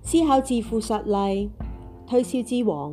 思考致富實例，推銷之王。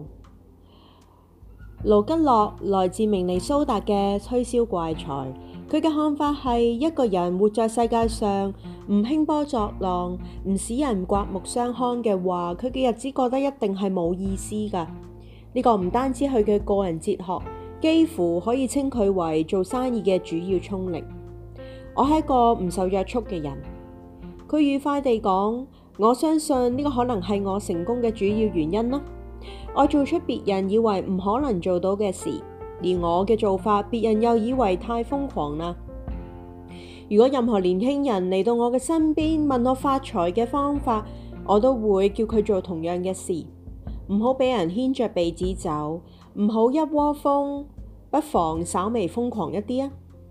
盧吉洛來自明尼蘇達嘅推銷怪才，佢嘅看法係一個人活在世界上唔興波作浪，唔使人刮目相看嘅話，佢嘅日子過得一定係冇意思㗎。呢個唔單止係佢嘅個人哲學，幾乎可以稱佢為做生意嘅主要衝力。我係一個唔受約束嘅人，佢愉快地講，我相信呢個可能係我成功嘅主要原因啦。我做出別人以為唔可能做到嘅事，而我嘅做法別人又以為太瘋狂啦。如果任何年輕人嚟到我嘅身邊問我發財嘅方法，我都會叫佢做同樣嘅事。唔好俾人牽着鼻子走，唔好一窩蜂，不妨稍微瘋狂一啲啊！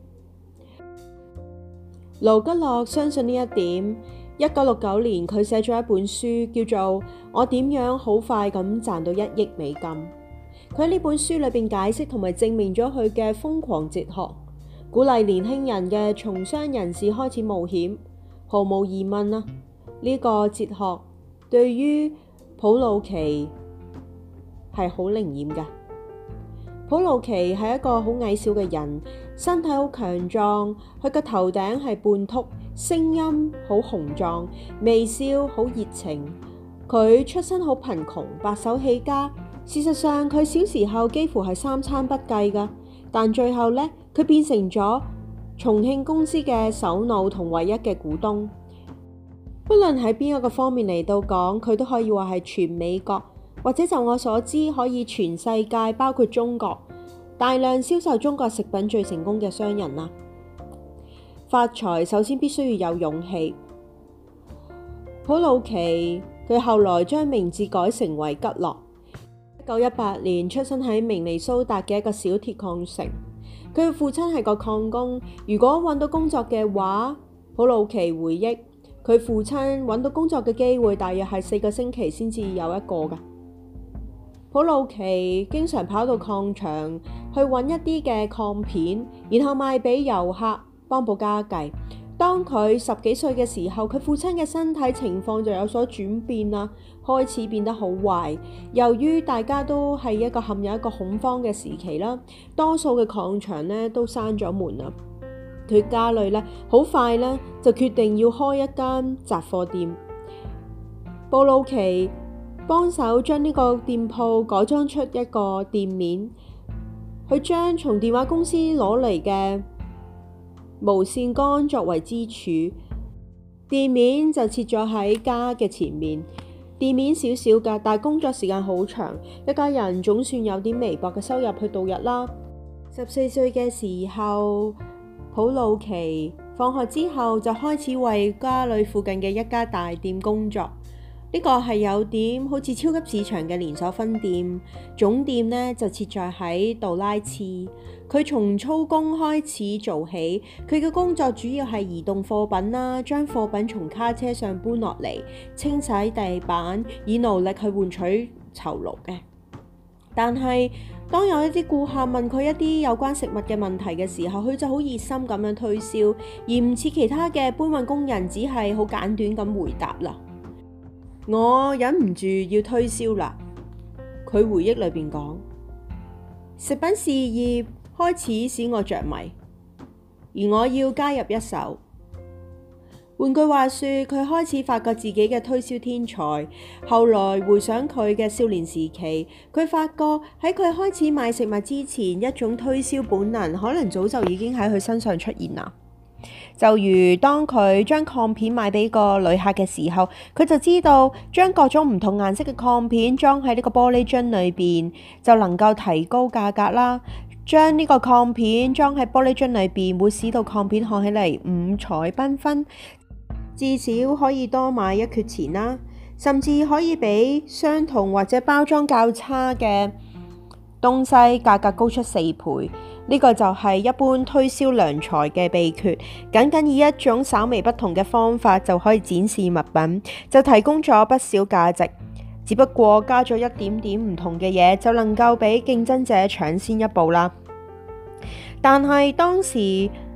盧吉洛相信呢一點。1969年，佢寫咗一本書，叫做《我點樣好快咁賺到1億美金》。佢喺呢本書裏邊解釋同埋證明咗佢嘅瘋狂哲學，鼓勵年輕人嘅從商人士開始冒險。毫無疑問啊，呢個哲學對於普魯奇係好靈驗嘅。普魯奇係一個好矮小嘅人，身體好強壯，佢個頭頂係半禿，聲音好雄壯，微笑好熱情。佢出身好貧窮，白手起家。事實上，佢小時候幾乎係3餐不繼㗎，但最後呢，佢變成咗重慶公司嘅首腦同唯一嘅股東。不論喺邊一個方面嚟到講，佢都可以話係全美國，或者就我所知，可以全世界，包括中國，大量銷售中國食品最成功嘅商人啦。發財首先必須要有勇氣。普魯奇佢後來將名字改成為吉洛。1918年出生喺明尼蘇達嘅一個小鐵礦城，佢嘅父親係個礦工。如果揾到工作嘅話，普魯奇回憶，佢父親揾到工作嘅機會大約係4個星期先至有一個㗎。普魯奇經常跑到礦場去揾一啲嘅礦片，然後賣俾遊客幫補家計。當佢10幾歲嘅時候，佢父親嘅身體情況就有所轉變啦，開始變得好壞。由於大家都係一個陷入一個恐慌嘅時期啦，多數嘅礦場呢都閂咗門啦。佢家裏呢好快呢就決定要開一間雜貨店。布魯奇幫手將呢個店鋪改裝出一個店面，佢將從電話公司攞嚟嘅無線桿作為支柱，店面就設咗喺家嘅前面。店面小小㗎，但工作時間好長，一家人總算有啲微薄嘅收入去度日啦。14歲嘅時候，普魯奇放學之後就開始為家裏附近嘅一家大店工作。呢個係有點好似超級市場嘅連鎖分店，總店呢就設在喺杜拉茨。佢從粗工開始做起，佢嘅工作主要係移動貨品啦，將貨品從卡車上搬落嚟，清洗地板，以勞力去換取酬勞嘅。但係當有一啲顧客問佢一啲有關食物嘅問題嘅時候，佢就好熱心咁樣推銷，而唔似其他嘅搬運工人只係好簡短咁回答啦。我忍唔住要推銷啦，佢回憶裏邊講，食品事業開始使我着迷，而我要加入一手。換句話說，佢開始發覺自己嘅推銷天才。後來回想佢嘅少年時期，佢發覺喺佢開始賣食物之前，一種推銷本能可能早就已經喺佢身上出現啦。就如當佢將礦片賣俾個旅客嘅時候，佢就知道將各種唔同顏色嘅礦片裝喺呢個玻璃樽裏邊，就能夠提高價格啦。將呢個礦片裝喺玻璃樽裏邊，會使到礦片看起嚟五彩繽紛，至少可以多買1缺錢啦，甚至可以比相同或者包裝較差嘅東西價格高出4倍。呢個就係一般推銷良才嘅秘訣，僅以一種稍微不同嘅方法就可以展示物品，就提供咗不少價值。只不過加咗一點點唔同嘅嘢，就能夠比競爭者搶先一步啦。但係當時普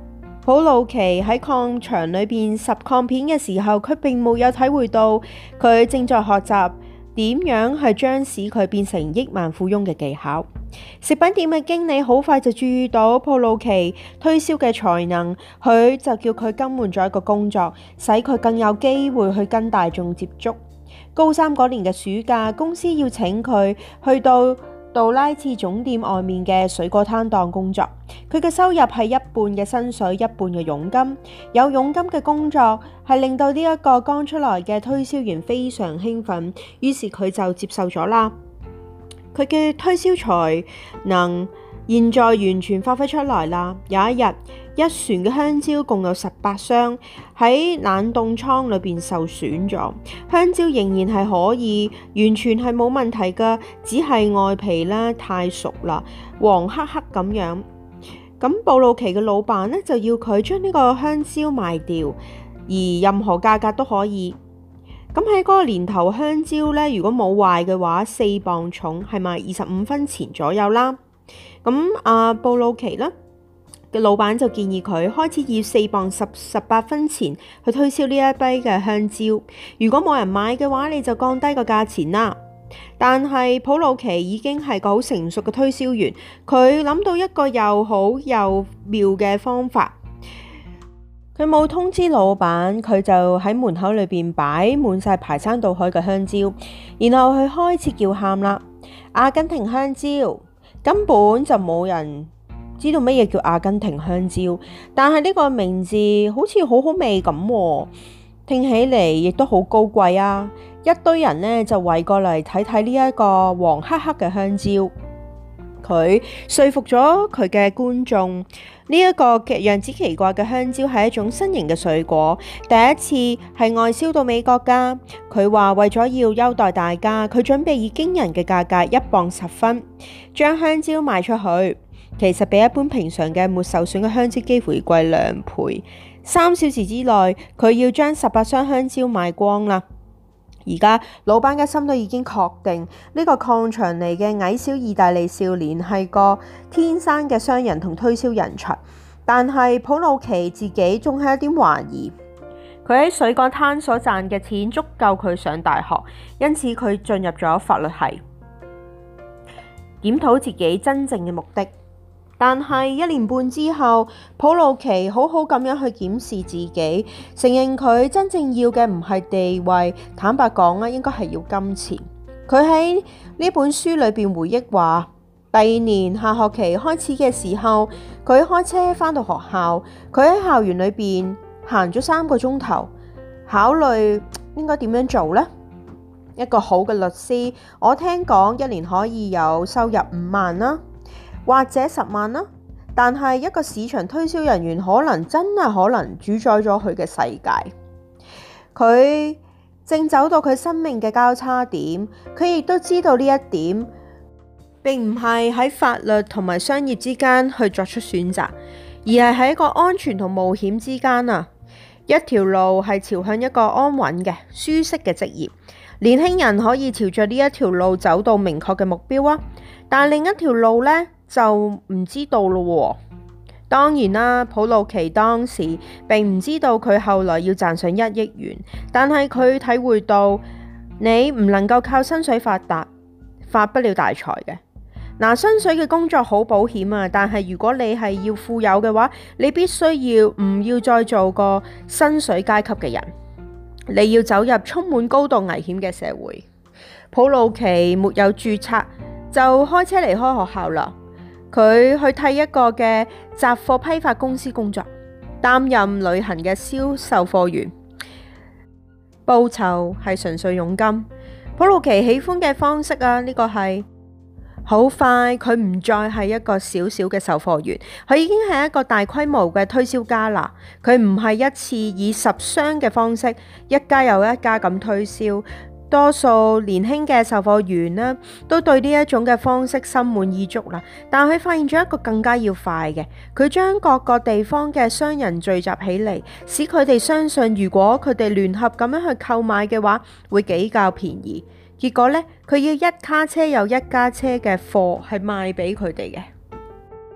普魯奇喺礦場裏邊拾礦片嘅時候，佢並冇有體會到佢正在學習點樣係將使佢變成億萬富翁嘅技巧。食品店嘅經理好快就注意到普魯奇推銷嘅才能，佢就叫佢更換咗一個工作，使佢更有機會去跟大眾接觸。高三嗰年嘅暑假，公司要請佢去到杜拉茨總店外面嘅水果攤檔工作。佢嘅收入係一半嘅薪水，一半嘅佣金。有佣金嘅工作係令到呢一個剛出來嘅推銷員非常興奮，於是佢就接受咗啦。佢嘅推銷才能現在完全發揮出來啦。有一日，一船嘅香蕉共有18箱喺冷凍倉裏邊受損咗，香蕉仍然係可以，完全係冇問題㗎，只係外皮咧太熟啦，黃黑黑咁樣。咁布魯奇嘅老闆咧就要佢將呢個香蕉賣掉，而任何價格都可以。咁喺嗰個年頭，香蕉咧如果冇壞嘅話，4磅重，係賣25分錢左右啦。咁布魯奇咧嘅老闆就建議佢開始以4磅18分錢去推銷呢一批嘅香蕉。如果冇人買嘅話，你就降低個價錢啦。但係普魯奇已經係個好成熟嘅推銷員，佢諗到一個又好又妙嘅方法。佢冇通知老闆，佢就喺門口裏邊擺滿晒排山倒海嘅香蕉，然後佢開始叫喊啦：阿根廷香蕉！根本就冇人知道乜嘢叫阿根廷香蕉，但係呢個名字好似好好味咁，聽起嚟亦都好高貴啊！一堆人呢就圍過嚟睇睇呢一個黃黑黑嘅香蕉。佢說服咗佢嘅觀眾，呢一個樣子奇怪嘅香蕉係一種新型嘅水果，第一次係外銷到美國㗎。佢話為咗要優待大家，佢準備以驚人嘅價格1磅10分將香蕉賣出去。其實比一般平常嘅沒受損嘅香蕉幾乎要貴2倍。3小時之內，佢要將18箱香蕉賣光啦。而家老闆嘅心都已經確定，呢個礦場嚟嘅矮小意大利少年係個天生嘅商人同推銷人才。但係普魯奇自己仲係有啲懷疑，佢喺水果攤所賺嘅錢足夠佢上大學，因此佢進入咗法律系，檢討自己真正嘅目的。但係1年半之後，普魯奇好好咁樣去檢視自己，承認佢真正要嘅唔係地位，坦白講應該係要金錢。佢喺呢本書裏邊回憶話，第2年下學期開始嘅時候，佢開車返到學校，佢喺校園裏邊行咗3個鐘頭，考慮應該點樣做呢？一個好嘅律師，我聽講1年可以有收入5萬啦。或者10萬啦，但係一個市場推銷人員真係可能主宰咗佢嘅世界。佢正走到佢生命嘅交叉點，佢亦都知道呢一點，並唔係喺法律同埋商業之間去作出選擇，而係喺一個安全同冒險之間啊。一條路係朝向一個安穩嘅舒適嘅職業，年輕人可以朝着呢一條路走到明確嘅目標啊。但另一條路呢，就唔知道咯。當然啦，普魯奇當時並唔知道佢後來要賺上1億元，但係佢體會到你唔能夠靠薪水發達，發不了大財嘅。薪水嘅工作好保險啊，但係如果你係要富有嘅話，你必須唔要再做個薪水階級嘅人，你要走入充滿高度危險嘅社會。普魯奇沒有註冊就開車離開學校啦。佢去替一個嘅雜貨批發公司工作，擔任旅行嘅銷售貨員，報酬係純粹佣金。普魯奇喜歡嘅方式啊，呢個係好快，佢唔再係一個小小嘅售貨員，佢已經係一個大規模嘅推銷家啦。佢唔係一次以10箱嘅方式，一家又一家咁推銷。多數年輕嘅售貨員呢，都對呢一種嘅方式心滿意足啦。但佢發現咗一個更加要快嘅，佢將各個地方嘅商人聚集起嚟，使佢哋相信如果佢哋聯合咁樣去購買嘅話，會比較便宜。結果呢，佢要一卡車又一卡車嘅貨係賣俾佢哋嘅。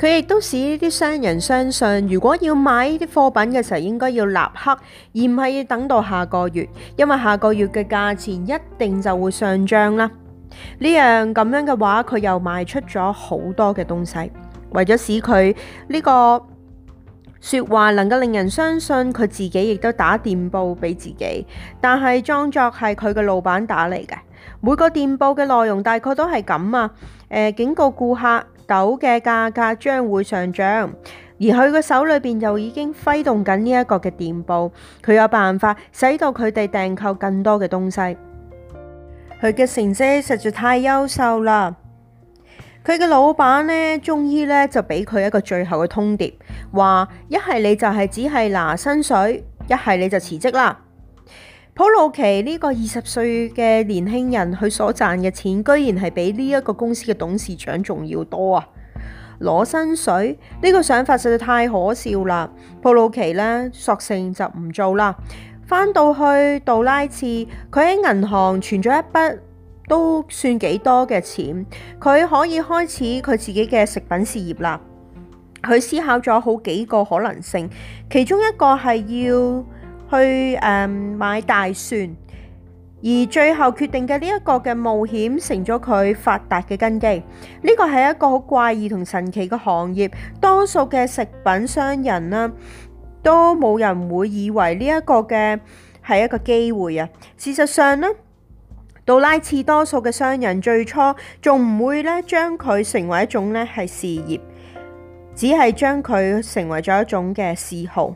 佢亦都使呢啲商人相信，如果要買呢啲貨品嘅時候，應該要立刻，而唔係要等到下個月，因為下個月嘅價錢一定就會上漲啦。呢樣咁樣嘅話，佢又賣出咗好多嘅東西，為咗使佢呢個說話能夠令人相信，佢自己亦都打電報俾自己，但係裝作係佢嘅老闆打嚟嘅。每個電報嘅內容大概都係咁啊，警告顧客豆嘅價格將會上漲，而佢嘅手裏邊又已經揮動緊呢一個嘅電報，佢有辦法使到佢哋訂購更多嘅東西。佢嘅成績實在太優秀啦！佢嘅老闆呢，終於呢就俾佢一個最後嘅通牒，話一係你就係只係拿薪水，一係你就辭職啦。普魯奇呢個20歲嘅年輕人，佢所賺嘅錢居然係比呢一個公司嘅董事長仲要多啊！攞薪水呢個想法實在太可笑啦！普魯奇呢，索性就唔做啦。返到去杜拉茨，佢喺銀行存咗一筆都算幾多嘅錢，佢可以開始佢自己嘅食品事業啦。佢思考咗好幾個可能性，其中一個係要去買大蒜，而最後決定嘅呢一個嘅冒險成咗佢發達嘅根基。呢個係一個好怪異同神奇嘅行業，多數嘅食品商人啦，都冇人會以為呢一個嘅係一個機會啊！事實上呢，杜拉茨多數嘅商人最初仲唔會咧將佢成為一種咧係事業，只係將佢成為咗一種嘅嗜好。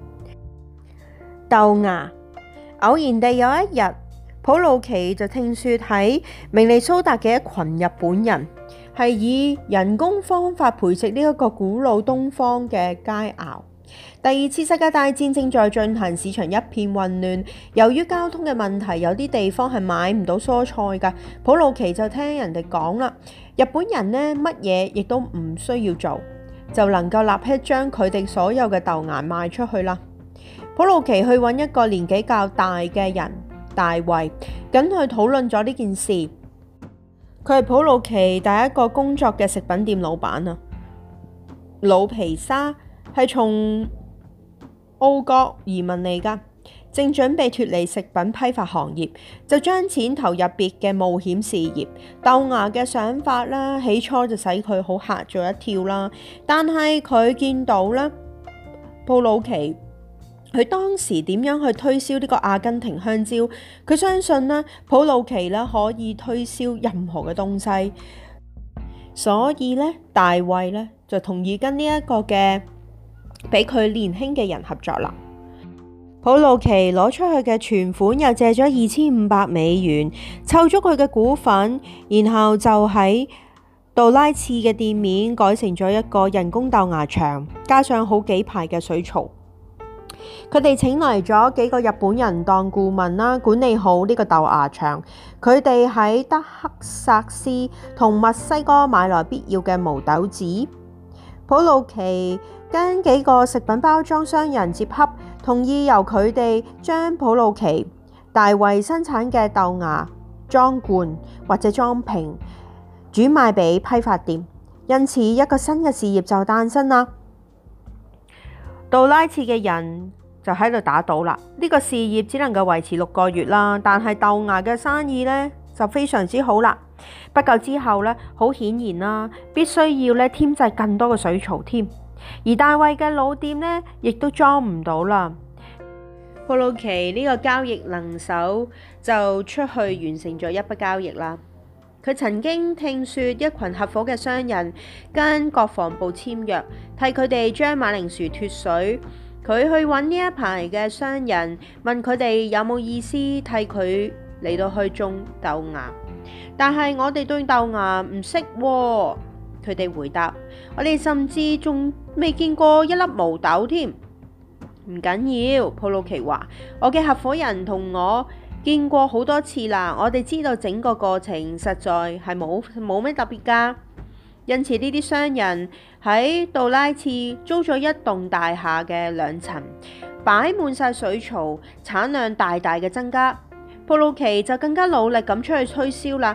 豆芽，偶然地有一日，普魯奇就聽說喺明尼蘇達嘅一群日本人係以人工方法培植呢一個古老東方嘅佳肴。第二次世界大戰正在進行，市場一片混亂。由於交通嘅問題，有啲地方係買唔到蔬菜㗎。普魯奇就聽人哋講啦，日本人呢乜嘢亦都唔需要做，就能夠立刻將佢哋所有嘅豆芽賣出去啦。普魯奇去揾一個年紀較大嘅人大衛，跟佢討論咗呢件事。佢係普魯奇第一個工作嘅食品店老闆啊，老皮沙。係從澳國移民嚟㗎，正準備脫離食品批發行業，就將錢投入別嘅冒險事業。豆芽嘅想法啦，起初就使佢好嚇咗一跳啦。但係佢見到咧，普魯奇佢當時點樣去推銷呢個阿根廷香蕉，佢相信咧，普魯奇咧可以推銷任何嘅東西，所以咧，大衛咧就同意跟呢一個嘅俾佢年輕嘅人合作啦。普魯奇攞出去嘅存款又借咗$2500，湊足佢嘅股份，然後就喺杜拉茨嘅店面改成咗一個人工豆芽場，加上好幾排嘅水槽。佢哋請嚟咗幾個日本人當顧問啦，管理好呢個豆芽場。佢哋喺德克薩斯同墨西哥買來必要嘅毛豆子。普魯奇跟幾個食品包裝商人接洽，同意由佢哋將普魯奇大衛生產嘅豆芽裝罐或者裝瓶，轉賣俾批發店。因此，一個新嘅事業就誕生啦。杜拉茨嘅人就喺度打賭啦。呢個事業只能夠維持6個月啦，但係豆芽嘅生意呢就非常之好啦。不久之後呢，好顯然啦，必須要咧添製更多嘅水槽添。而大衛嘅老店呢，亦都裝唔到啦。普魯奇呢個交易能手就出去完成咗一筆交易啦。佢曾經聽說一群合夥嘅商人跟國防部簽約，替佢哋將馬鈴薯脫水。佢去揾呢一排嘅商人，問佢哋有冇意思替佢嚟到去種豆芽。但係我哋對豆芽唔識喎，佢哋回答。我哋甚至仲未見過一粒毛豆添。唔緊要，普魯奇話，我嘅合夥人同我見過好多次啦，我哋知道整個過程實在係冇咩特別㗎。因此呢啲商人喺杜拉茨租咗一棟大廈嘅2層，擺滿晒水槽，產量大大嘅增加。普魯奇就更加努力咁出去推銷啦。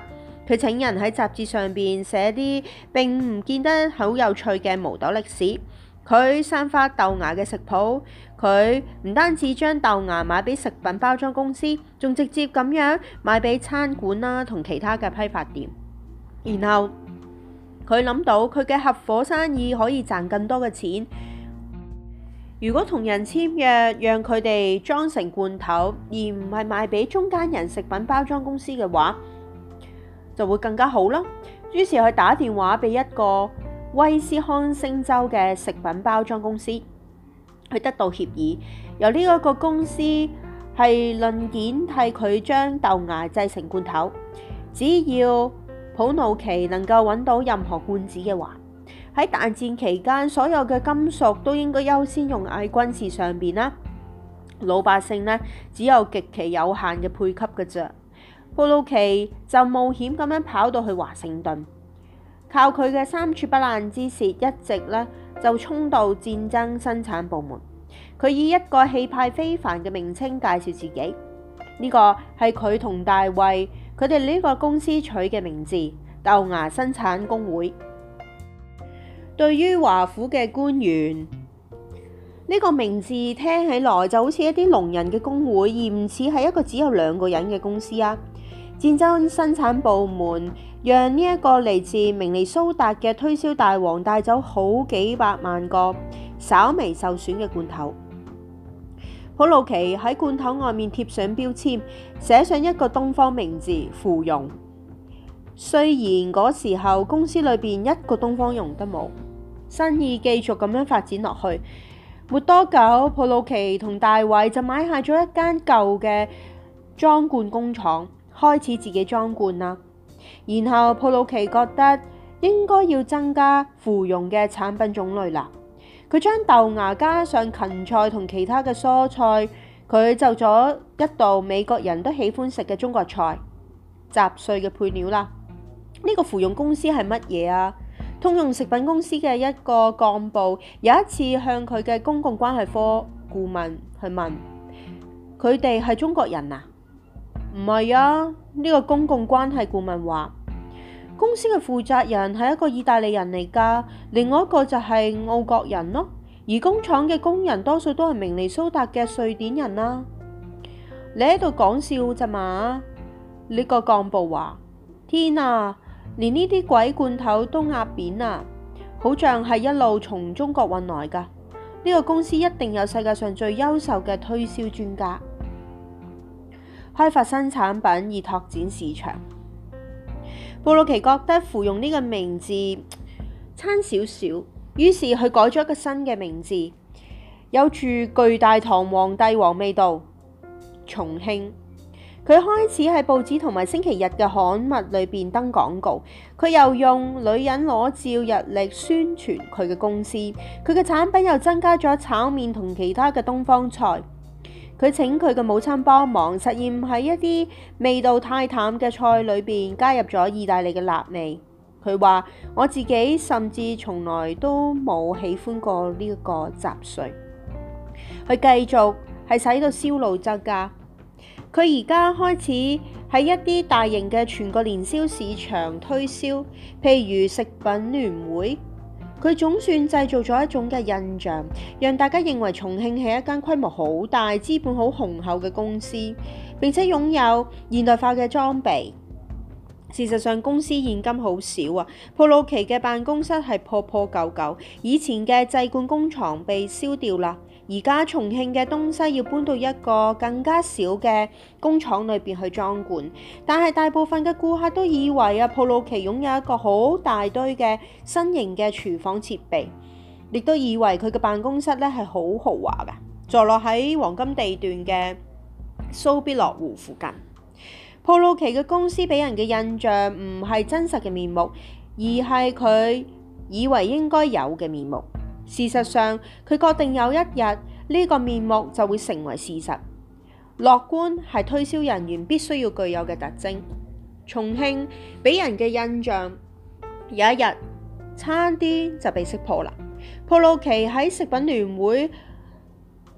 佢請人喺雜誌上邊寫啲並唔見得好有趣嘅毛豆歷史。佢散發豆芽嘅食譜，佢唔單止將豆芽買俾食品包裝公司，仲直接咁樣買俾餐館啦同其他嘅批發店。然後佢諗到佢嘅合夥生意可以賺更多嘅錢。如果同人簽約，讓佢哋裝成罐頭，而唔係賣俾中間人食品包裝公司嘅話，就會更加好啦。於是佢打電話俾一個威斯康星州嘅食品包裝公司，佢得到協議，由呢一個公司係論件替佢將豆芽製成罐頭，只要普魯奇能夠揾到任何罐子嘅話，喺大戰期間所有嘅金屬都應該優先用喺軍事上邊啦。老百姓呢，只有極其有限嘅配給嘅啫。普魯奇就冒險咁樣跑到去華盛頓，靠佢嘅三寸不爛之舌，一直呢就衝到戰爭生產部門。佢以一個氣派非凡嘅名稱介紹自己，呢個係佢同大衛佢哋呢個公司取嘅名字——豆芽生產工會。對於華府嘅官員，呢個名字聽起來就好似一啲聾人嘅工會，而唔似係一個只有2個人嘅公司啊！戰爭生產部門讓呢一個嚟自明尼蘇達嘅推銷大王帶走好幾百萬個稍微受損嘅罐頭。普魯奇喺罐頭外面貼上標籤，寫上一個東方名字——芙蓉。雖然嗰時候公司裏邊一個東方蓉都冇，生意繼續咁樣發展落去。沒多久，普魯奇同大衛就買下咗一間舊嘅裝罐工廠，開始自己裝罐啦。然後普魯奇覺得應該要增加芙蓉嘅產品種類啦。佢將豆芽加上芹菜同其他嘅蔬菜，佢就咗一道美國人都喜歡食嘅中國菜——雜碎嘅配料啦。呢個芙蓉公司係乜嘢啊？通用食品公司嘅一個幹部有一次向佢嘅公共關係科顧問去問：佢哋係中國人啊？唔係啊，呢個公共關係顧問話，公司嘅負責人係一個意大利人嚟㗎，另外一個就係澳國人咯，而工廠嘅工人多數都係明尼蘇達嘅瑞典人啦。你喺度講笑咋嘛？呢個幹部話：天啊！連呢啲鬼罐頭都壓扁啊，好像係一路從中國運來㗎。呢個公司一定有世界上最優秀嘅推銷專家，開發新產品以拓展市場。布魯奇覺得芙蓉呢個名字差少少，於是佢改咗一個新嘅名字，有住巨大堂皇帝王味道——重慶。佢開始喺報紙同埋星期日嘅刊物裏邊登廣告，佢又用女人裸照日曆宣傳佢嘅公司，佢嘅產品又增加咗炒麵同其他嘅東方菜。佢請佢嘅母親幫忙實驗喺一啲味道太淡嘅菜裏邊加入咗意大利嘅辣味。佢話：我自己甚至從來都冇喜歡過呢一個雜碎。佢繼續係使到銷路增加。佢而家開始喺一啲大型嘅全國年宵市場推銷，譬如食品聯會。佢總算製造咗一種嘅印象，讓大家認為重慶係一間規模好大、資本好雄厚嘅公司，並且擁有現代化嘅裝備。事實上，公司現金好少啊。普魯奇嘅辦公室係破破舊舊，以前嘅製罐工廠被燒掉啦。而家重慶嘅東西要搬到一個更加小嘅工廠裏邊去裝罐，但係大部分嘅顧客都以為啊，普魯奇擁有一個好大堆嘅新型嘅廚房設備，亦都以為佢嘅辦公室咧係好豪華嘅，坐落喺黃金地段嘅蘇必樂湖附近。普魯奇嘅公司俾人嘅印象唔係真實嘅面目，而係佢以為應該有嘅面目。事實上，佢確定有一日呢個面目就會成為事實。樂觀係推銷人員必須要具有嘅特徵。重慶俾人嘅印象有一日差啲就被識破啦。普魯奇喺食品聯會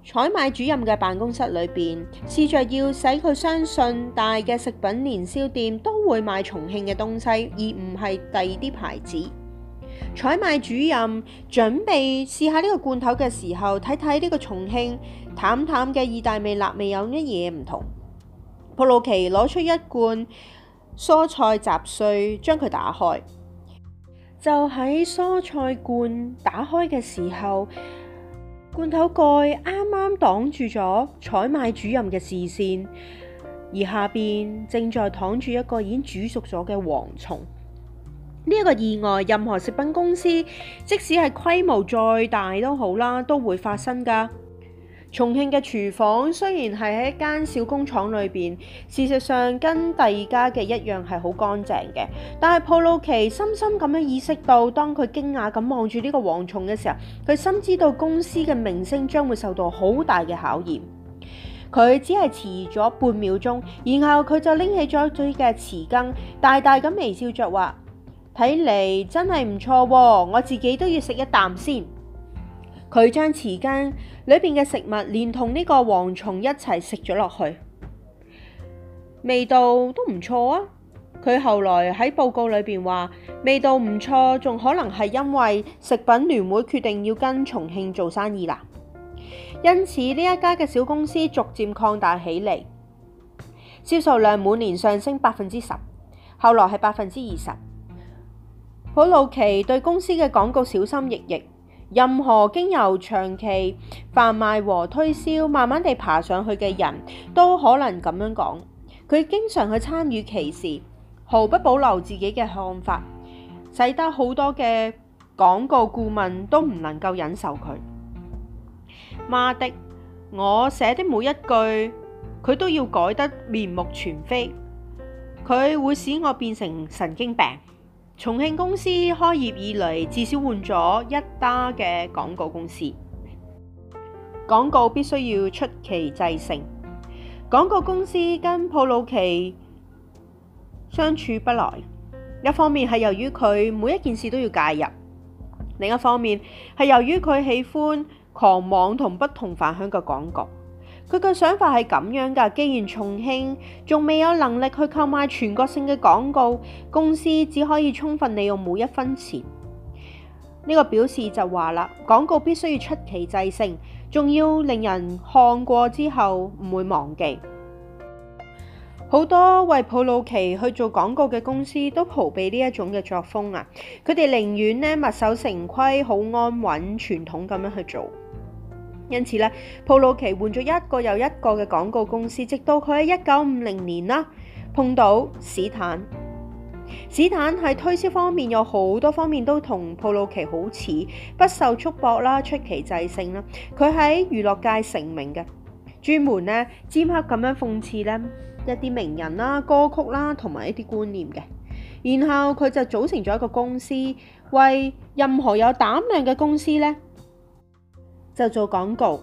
採買主任嘅辦公室裏邊，試着要使佢相信大嘅食品連銷店都會賣重慶嘅東西，而唔係第二啲牌子。採買主任準備試下呢個罐頭嘅時候，睇睇呢個重慶淡淡嘅意大利辣味有乜嘢唔同。普魯奇攞出一罐蔬菜雜碎，將佢打開。就喺蔬菜罐打開嘅時候，罐頭蓋啱啱擋住咗採買主任嘅視線，而下邊正在躺住一個已經煮熟咗嘅蝗蟲。呢一個意外，任何食品公司即使係規模再大都好啦，都會發生㗎。重慶嘅廚房雖然係喺一間小工廠裏邊，事實上跟第二家嘅一樣係好乾淨嘅，但係普魯奇深深咁樣意識到，當佢驚訝咁望住呢個蝗蟲嘅時候，佢深知道公司嘅名聲將會受到好大嘅考驗。佢只係遲咗半秒鐘，然後佢就拎起咗佢嘅匙羹，大大咁微笑着話：睇嚟真係唔錯喎，我自己都要食一啖先。佢將匙羹裏邊嘅食物連同呢個蝗蟲一齊食咗落去，味道都唔錯啊！佢後來喺報告裏邊話，味道唔錯，仲可能係因為食品聯會決定要跟重慶做生意啦。因此呢一家嘅小公司逐漸擴大起嚟，銷售量每年上升10%，後來係20%。普魯奇對公司嘅廣告小心翼翼。任何經由長期販賣和推銷慢慢地爬上去嘅人都可能咁樣講。佢經常去參與其事，毫不保留自己嘅看法，使得好多嘅廣告顧問都唔能夠忍受佢。媽的，我寫的每一句佢都要改得面目全非，佢會使我變成神經病。重慶公司開業以嚟，至少換咗一家嘅廣告公司。廣告必須要出奇制勝。廣告公司跟普魯奇相處不來，一方面係由於佢每一件事都要介入，另一方面係由於佢喜歡狂妄同不同凡響嘅廣告。佢嘅想法係咁樣㗎，既然重慶仲未有能力去購買全國性嘅廣告，公司只可以充分利用每一分錢。呢個表示就話啦，廣告必須要出奇制勝，仲要令人看過之後唔會忘記。好多為普魯奇去做廣告嘅公司都逃避呢一種嘅作風啊！佢哋寧願呢墨守成規，好安穩傳統咁樣去做。因此咧，普魯奇換咗一個又一個嘅廣告公司，直到佢喺1950年啦碰到史坦。史坦喺推銷方面有好多方面都同普魯奇好似，不受束縛啦，出奇制勝啦。佢喺娛樂界成名嘅，專門咧尖刻咁樣諷刺咧一啲名人啦、歌曲啦同埋一啲觀念嘅。然後佢就組成咗一個公司，為任何有膽量嘅公司咧，就做廣告，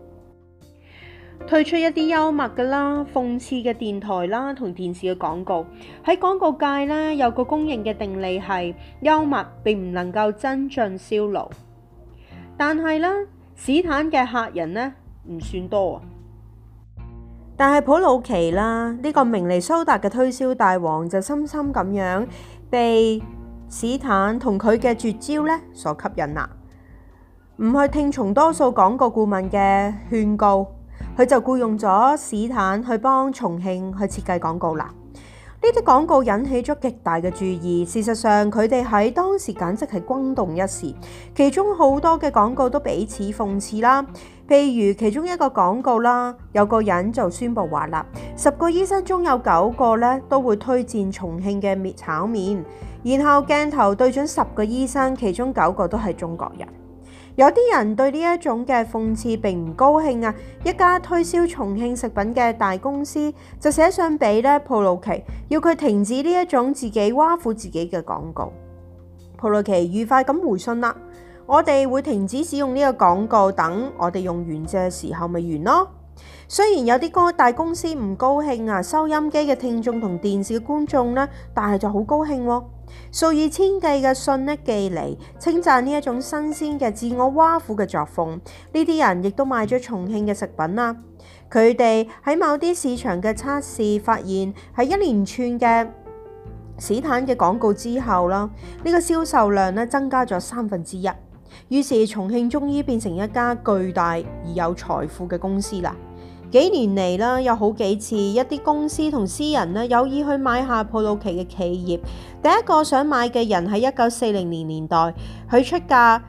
推出一啲幽默嘅啦、諷刺嘅電台啦同電視嘅廣告。喺廣告界呢，有個公認嘅定理係幽默並唔能夠增進銷路，但係呢，史坦嘅客人呢唔算多啊。但係普魯奇啦，呢個明尼蘇達嘅推銷大王就深深咁樣被史坦同佢嘅絕招呢所吸引啦。唔去聽從多數廣告顧問嘅勸告，佢就僱用咗史坦去幫重慶去設計廣告啦。呢啲廣告引起咗極大嘅注意，事實上佢哋喺當時簡直係轟動一時，其中好多嘅廣告都彼此諷刺啦。譬如其中一個廣告啦，有個人就宣佈話啦，10個醫生中有9個咧都會推薦重慶嘅炒麵，然後鏡頭對準10個醫生，其中9個都係中國人。有啲人對呢一種嘅諷刺並唔高興啊！一家推銷重慶食品嘅大公司就寫信俾普魯奇，要佢停止呢一種自己挖苦自己嘅廣告。普魯奇愉快咁回信啦，我哋會停止使用呢個廣告，等我哋用完嘅時候咪完咯。雖然有啲大公司唔高興啊，收音機嘅聽眾同電視嘅觀眾呢，但係就好高興喎。 數以千計嘅信呢寄嚟，稱讚呢一種新鮮嘅自我挖苦嘅作風。呢啲人亦都買咗重慶嘅食品啦。佢哋喺某啲市場嘅測試發現，喺一連串嘅史坦嘅廣告之後啦，呢個銷售量呢增加咗1/3。於是重慶終於變成一家巨大而有財富嘅公司啦。幾年嚟啦，有好幾次一啲公司同私人呢有意去買下普魯奇嘅企業。第一個想買嘅人喺1940年代，佢出價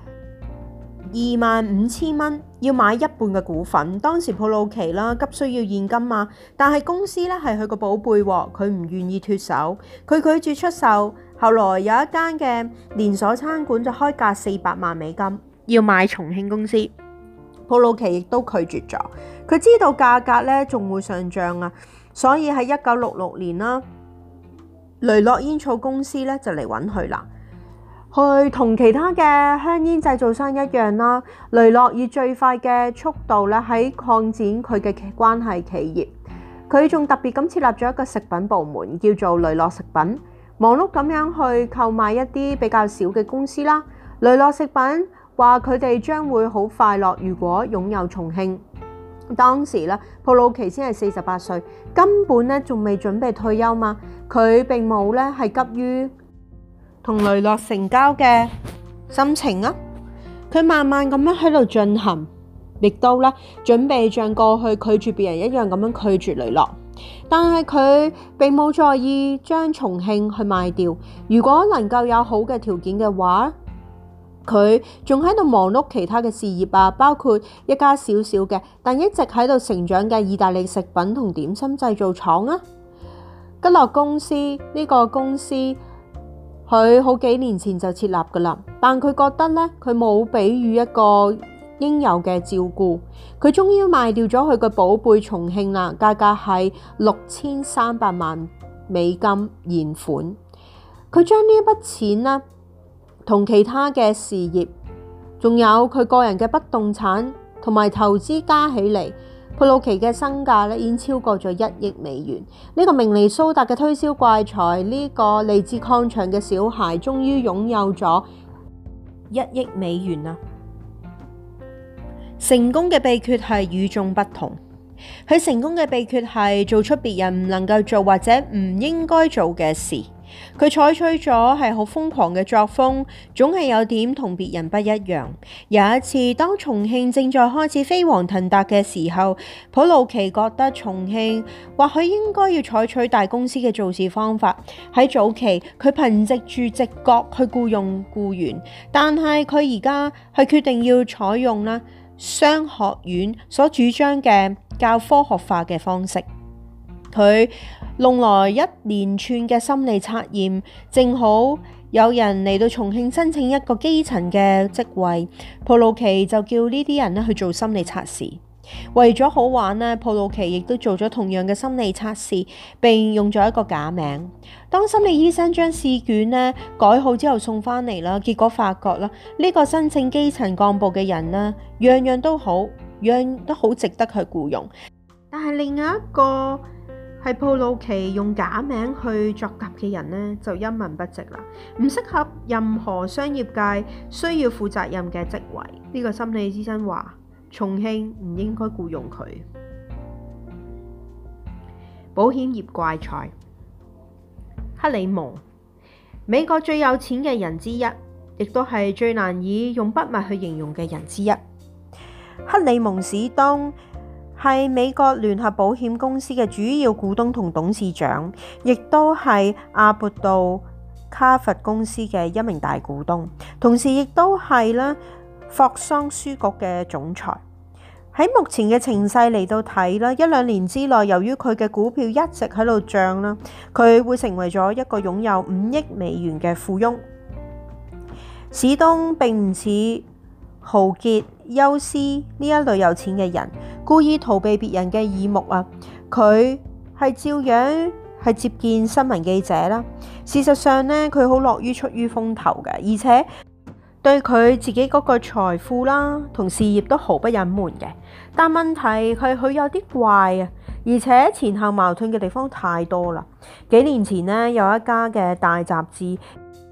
25,000蚊，要買一半嘅股份。當時普魯奇啦急需要現金嘛，但係公司咧係佢個寶貝喎，佢唔願意脫手，佢拒絕出售。後來有一間嘅連鎖餐館就開價400萬美金，要買重慶公司。普魯奇亦都拒絕咗，佢知道價格咧仲會上漲啊，所以喺1966年啦，雷諾煙草公司咧就嚟揾佢啦。佢同其他嘅香煙製造商一樣啦，雷諾以最快嘅速度咧喺擴展佢嘅關係企業。佢仲特別咁設立咗一個食品部門，叫做雷諾食品，忙碌咁樣去購買一啲比較少嘅公司啦。雷諾食品話佢哋將會好快樂，如果擁有重慶。當時咧，普魯奇先係48歲，根本咧仲未準備退休嘛。佢並冇咧係急於同雷諾成交嘅心情啊。佢慢慢咁樣喺度進行，亦都咧準備像過去拒絕別人一樣咁樣拒絕雷諾。但係佢並冇在意將重慶去賣掉。如果能夠有好嘅條件嘅話，佢仲喺度忙碌其他嘅事業啊，包括一家小小嘅但一直喺度成長嘅意大利食品同點心製造廠啊。吉樂公司呢個公司，佢好幾年前就設立噶啦，但佢覺得咧佢冇俾予一個應有嘅照顧，佢終於賣掉咗佢個寶貝重慶啦，價格係6300萬美金現款。佢將呢一筆錢呢，同其他嘅事業，仲有佢個人嘅不動產同埋投資加起嚟，普魯奇嘅身價咧已經超過咗1億美元。呢個明尼蘇達嘅推銷怪才，呢個嚟自礦場嘅小孩，終於擁有咗1億美元啦！成功嘅秘訣係與眾不同。佢成功嘅秘訣係做出別人唔能夠做或者唔應該做嘅事。佢採取咗係好瘋狂嘅作風，總係有點同別人不一樣。有一次，當重慶正在開始飛黃騰達嘅時候，普魯奇覺得重慶或許應該要採取大公司嘅做事方法。喺早期，佢憑藉住直覺去僱用僱員，但係佢而家係決定要採用啦商學院所主張嘅較科學化嘅方式。佢弄來一連串嘅心理測驗，正好有人嚟到重慶申請一個基層嘅職位，普魯奇就叫呢啲人去做心理測試。為咗好玩呢，普魯奇亦都做咗同樣嘅心理測試，並用咗一個假名。當心理醫生將試卷呢改好之後送翻嚟啦，結果發覺啦，呢個申請基層幹部嘅人呢，樣樣都好值得去僱用。但係另外一個係普魯奇用假名去作答嘅人呢，就一文不值啦，唔適合任何商業界需要負責任嘅職位。呢個心理醫生話，重慶唔應該僱用佢。保險業怪才克里蒙，美國最有錢嘅人之一，亦都係最難以用筆墨去形容嘅人之一。克里蒙史東係美國聯合保險公司嘅主要股東同董事長，亦都係阿勃杜卡佛公司嘅一名大股東，同時亦都係霍桑書局嘅總裁。喺目前嘅情勢嚟到睇啦，1-2年之內，由於佢嘅股票一直喺度漲啦，佢會成為咗一個擁有5億美元嘅富翁。史東並唔似豪傑、休斯呢一類有錢嘅人，故意逃避別人嘅耳目啊！佢係照樣係接見新聞記者啦。事實上呢，佢好樂於出於風頭嘅，而且對佢自己嗰個財富啦同事業都毫不隱瞞嘅。但問題係佢有啲怪啊，而且前後矛盾嘅地方太多啦。幾年前呢，有一家嘅大雜誌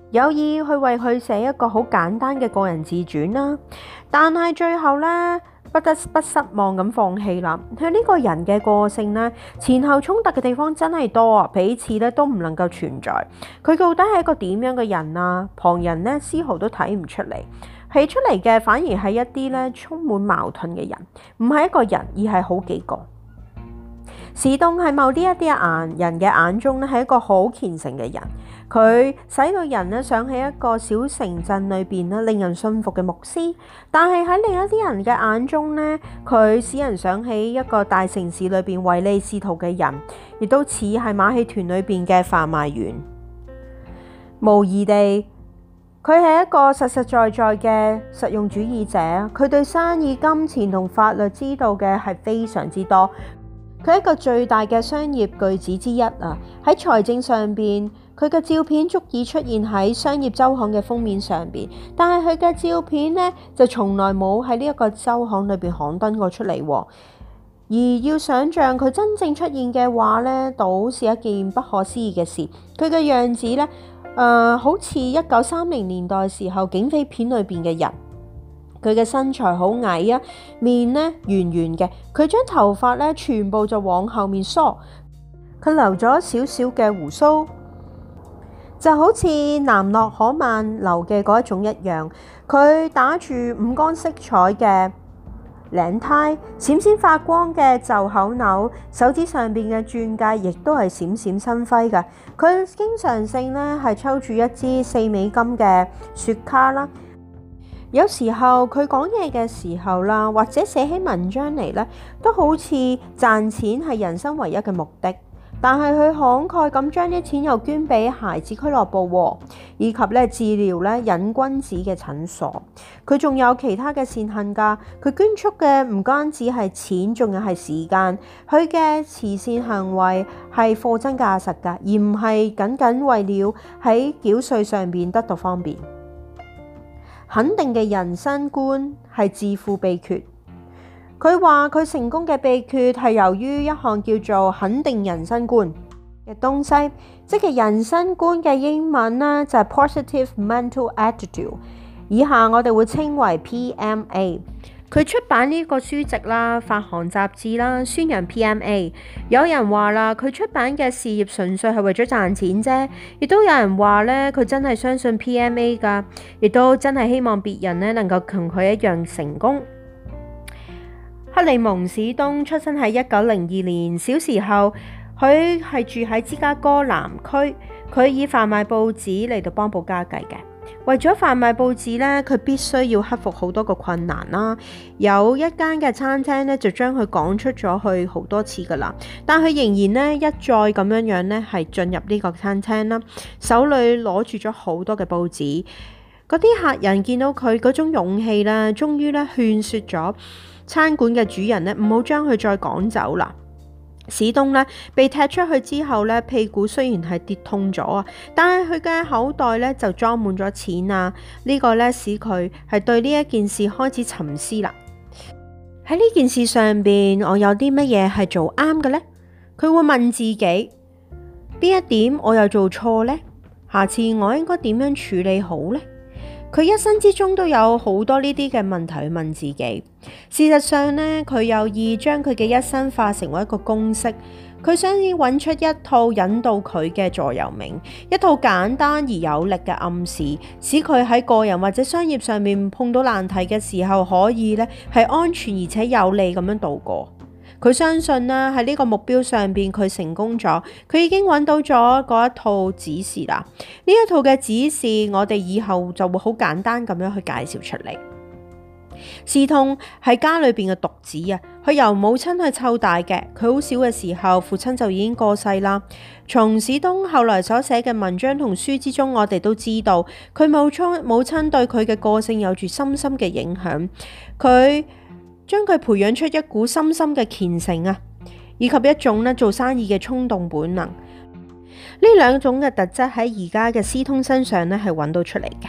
有意去為佢寫一個好簡單嘅個人自傳啦，但係最後呢，不得不失望咁放棄啦。佢呢個人嘅個性呢，前後衝突嘅地方真係多啊，彼此呢都唔能夠存在。佢到底係一個點樣嘅人啊？旁人呢絲毫都睇唔出嚟，起出嚟嘅反而係一啲呢充滿矛盾嘅人，唔係一個人，而係好幾個。史東喺某啲一啲人嘅眼中呢，係一個好虔誠嘅人。佢使到人呢想起一個小城鎮裏邊呢令人信服嘅牧師，但係喺另一啲人嘅眼中呢，佢使人想起一個大城市裏邊唯利是圖嘅人，亦都似係馬戲團裏邊嘅販賣員。無疑地，佢係一個實實在在嘅實用主義者。佢對生意、金錢同法律知道嘅係非常之多。佢係一個最大嘅商業巨子之一啊！喺財政上邊，佢嘅照片足以出現喺商業週刊嘅封面上邊，但係佢嘅照片呢，就從來冇喺呢一個週刊裏邊刊登過出嚟。而要想像佢真正出現嘅話呢，倒是一件不可思議嘅事。佢嘅樣子呢，好似1930年代時候警匪片裏邊嘅人。佢嘅身材好矮啊，面呢圓圓嘅，佢將頭髮呢全部就往後面梳，佢留咗少少嘅鬍鬚，就好似南洛可曼留嘅嗰一種一樣。佢打住五光色彩嘅領呔，閃閃發光嘅袖口紐，手指上邊嘅鑽戒亦都係閃閃生輝嘅。佢經常性呢係抽住一支4美金嘅雪茄啦。有時候佢講嘢嘅時候啦，或者寫起文章嚟咧，都好似賺錢係人生唯一嘅目的。但係佢慷慨咁將啲錢又捐俾孩子俱樂部，以及咧治療咧癮君子嘅診所。佢仲有其他嘅善行㗎。佢捐出嘅唔單止係錢，仲有係時間。佢嘅慈善行為係貨真價實㗎，而唔係僅僅為了喺繳稅上邊得到方便。肯定嘅人生觀係致富秘訣。佢話佢成功嘅秘訣係由於一項叫做肯定人生觀嘅東西，即係人生觀嘅英文呢，就係 Positive Mental Attitude。以下我哋會稱為 PMA。佢出版呢個書籍啦，發行雜誌啦，宣揚 PMA。有人話啦，佢出版嘅事業純粹係為咗賺錢啫，亦都有人話咧，佢真係相信 PMA 㗎，亦都真係希望別人咧能夠同佢一樣成功。克里蒙史東出生喺1902年，小時候佢係住喺芝加哥南區，佢以販賣報紙嚟到幫補家計嘅。為咗販賣報紙咧，佢必須要克服好多個困難啦。有一間嘅餐廳咧，就將佢趕出咗去好多次噶啦，但佢仍然咧一再咁樣咧係進入呢個餐廳啦，手裏攞住咗好多嘅報紙。嗰啲客人見到佢嗰種勇氣啦，終於咧勸說咗餐館嘅主人咧唔好將佢再趕走啦。史東咧被踢出去之後咧，屁股雖然係跌痛咗啊，但係佢嘅口袋咧就裝滿咗錢啊！呢個咧使佢係對呢一件事開始沉思啦。喺呢件事上邊，我有啲乜嘢係做啱嘅呢？佢會問自己，邊一點我又做錯呢？下次我應該點樣處理好呢？佢一生之中都有好多呢啲嘅問題去問自己。事實上呢，佢有意將佢嘅一生化成為一個公式。佢想要揾出一套引導佢嘅座右銘，一套簡單而有力嘅暗示，使佢喺個人或者商業上面碰到難題嘅時候，可以咧係安全而且有利咁樣度過。佢相信啦，喺呢個目標上邊佢成功咗，佢已經揾到咗嗰一套指示啦。呢一套嘅指示，我哋以後就會好簡單咁樣去介紹出嚟。史東係家裏邊嘅獨子啊，佢由母親去湊大嘅。佢好小嘅時候，父親就已經過世啦。從史東後來所寫嘅文章同書之中，我哋都知道佢母親對佢嘅個性有住深深嘅影響。佢將佢培養出一股深深嘅虔誠啊，以及一種咧做生意嘅衝動本能。呢兩種嘅特質喺而家嘅史東身上咧係揾到出嚟嘅。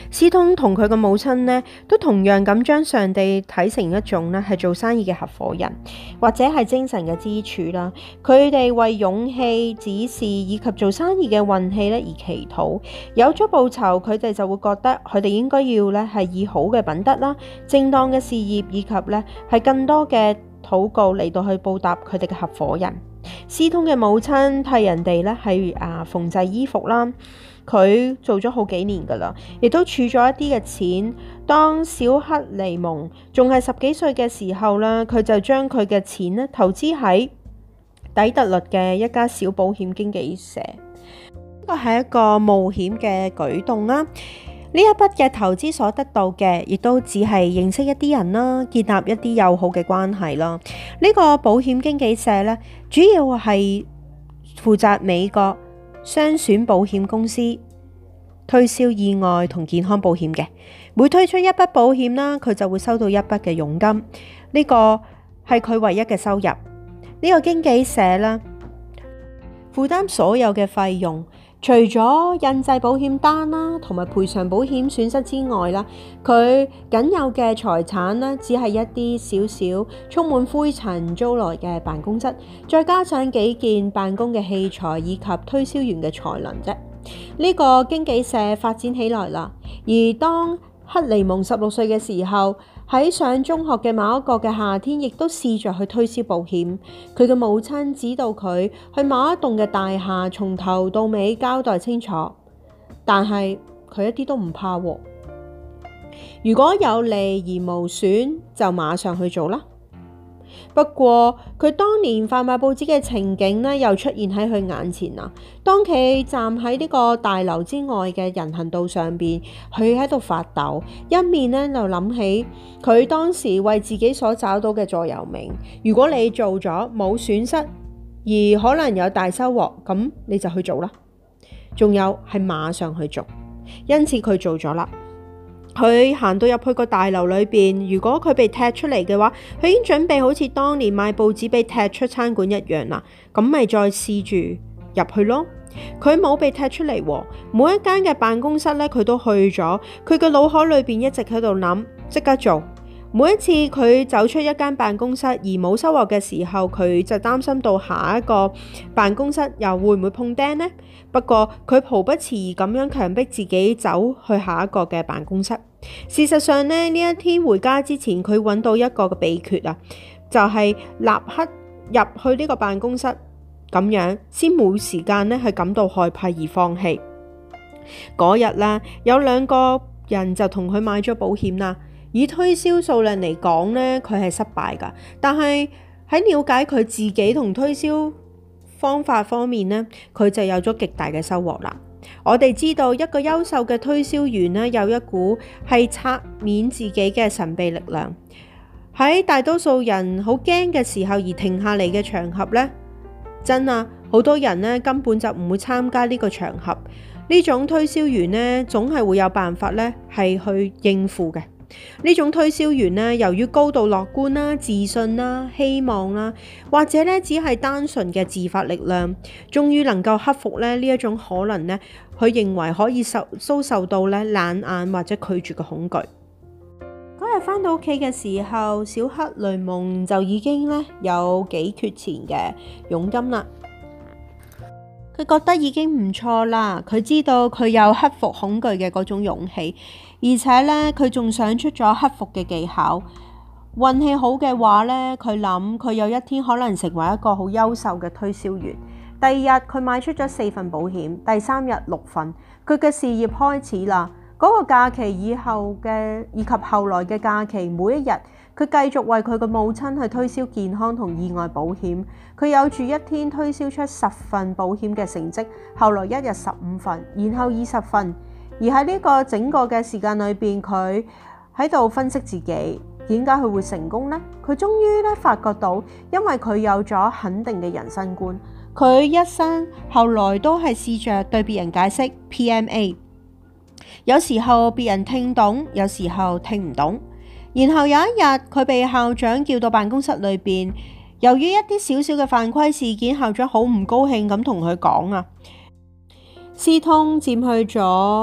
斯通同佢嘅母親呢，都同樣咁將上帝睇成一種呢係做生意嘅合夥人，或者係精神嘅支柱啦。佢哋為勇氣、指示以及做生意嘅運氣呢而祈禱，有咗報酬，佢哋就會覺得佢哋應該要呢係以好嘅品德啦、正當嘅事業以及呢係更多嘅禱告嚟到去報答佢哋嘅合夥人。斯通嘅母親替人哋呢係縫製衣服啦。佢做咗好幾年噶啦，亦都儲咗一啲嘅錢。當小克尼蒙仲係10幾歲嘅時候啦，佢就將佢嘅錢呢投資喺底特律嘅一家小保險經紀社。呢個係一個冒險嘅舉動啦。呢一筆嘅投資所得到嘅，亦都只係認識一啲人啦，建立一啲友好嘅關係啦。呢個保險經紀社呢，主要係負責美國雙選保險公司推銷意外同健康保險嘅，每推出一筆保險啦，佢就會收到一筆嘅佣金，呢個係佢唯一嘅收入。呢個經紀社啦，負擔所有嘅費用，除咗印製保險單啦，同埋賠償保險損失之外啦，佢僅有嘅財產呢，只係一啲少少充滿灰塵租來嘅辦公室，再加上幾件辦公嘅器材以及推銷員嘅才能啫。呢個經紀社發展起來啦，而當克尼蒙16歲嘅時候，喺上中學嘅某一個嘅夏天，亦都試着去推銷保險。佢嘅母親指導佢去某一棟嘅大廈，從頭到尾交代清楚，但係佢一啲都唔怕喎。如果有利而無損，就馬上去做啦。不過佢當年販賣報紙嘅情景呢，又出現喺佢眼前啦。當佢站喺呢個大樓之外嘅人行道上邊，佢喺度發抖，一面呢就諗起佢當時為自己所找到嘅座右銘：如果你做咗冇損失，而可能有大收穫，咁你就去做啦。仲有係馬上去做，因此佢做咗啦。佢行到入去個大樓裏邊，如果佢被踢出嚟嘅話，佢已經準備好似當年賣報紙被踢出餐館一樣啦。咁咪再試住入去咯。佢冇被踢出嚟喎，每一間嘅辦公室咧，佢都去咗。佢嘅腦海裏邊一直喺度諗，即刻做。每一次佢走出一間辦公室而冇收穫嘅時候，佢就擔心到下一個辦公室又會唔會碰釘呢？不過佢毫不遲疑咁樣強迫自己走去下一個嘅辦公室。事實上呢一天回家之前，佢揾到一個嘅秘訣啊，就係立刻入去呢個辦公室，咁樣先冇時間呢係感到害怕而放棄。嗰日啦，有2個人就同佢買咗保險啦。以推銷數量嚟講呢，佢係失敗㗎。但係喺了解佢自己同推銷方法方面呢，佢就有咗極大嘅收穫啦。我哋知道一個優秀嘅推銷員呢，有一股係拆免自己嘅神秘力量。喺大多數人好驚嘅時候而停下嚟嘅場合呢，真啊，好多人呢根本就唔會參加呢個場合。呢種推銷員呢，總係會有辦法呢係去應付嘅。呢種推銷員呢，由於高度樂觀啦、自信啦、希望啦，或者呢只係單純嘅自發力量，終於能夠克服呢一種可能呢，佢認為可以遭受到呢冷眼或者拒絕嘅恐懼。嗰日返到屋企嘅時候，小克雷蒙就已經呢有幾缺錢嘅佣金啦。佢覺得已經唔錯啦，佢知道佢有克服恐懼嘅嗰種勇氣，而且呢，佢仲想出咗克服嘅技巧。運氣好嘅話呢，佢諗佢有一天可能成為一個好優秀嘅推銷員。第2日佢賣出咗4份保險，第3日6份，佢嘅事業開始啦。嗰個假期以及後來嘅假期，每一日佢繼續為佢嘅母親去推銷健康同意外保險。佢有住一天推銷出10份保險嘅成績，後來一日15份，然後20份。而喺呢個整個嘅時間裏邊，佢喺度分析自己點解佢會成功呢？佢終於咧發覺到，因為佢有咗肯定嘅人生觀。佢一生後來都係試着對別人解釋 PMA。有時候別人聽懂，有時候聽唔懂。然後有一日，佢被校長叫到辦公室裏邊，由於一啲小小嘅犯規事件，校長好唔高興咁同佢講啊。斯通佔去咗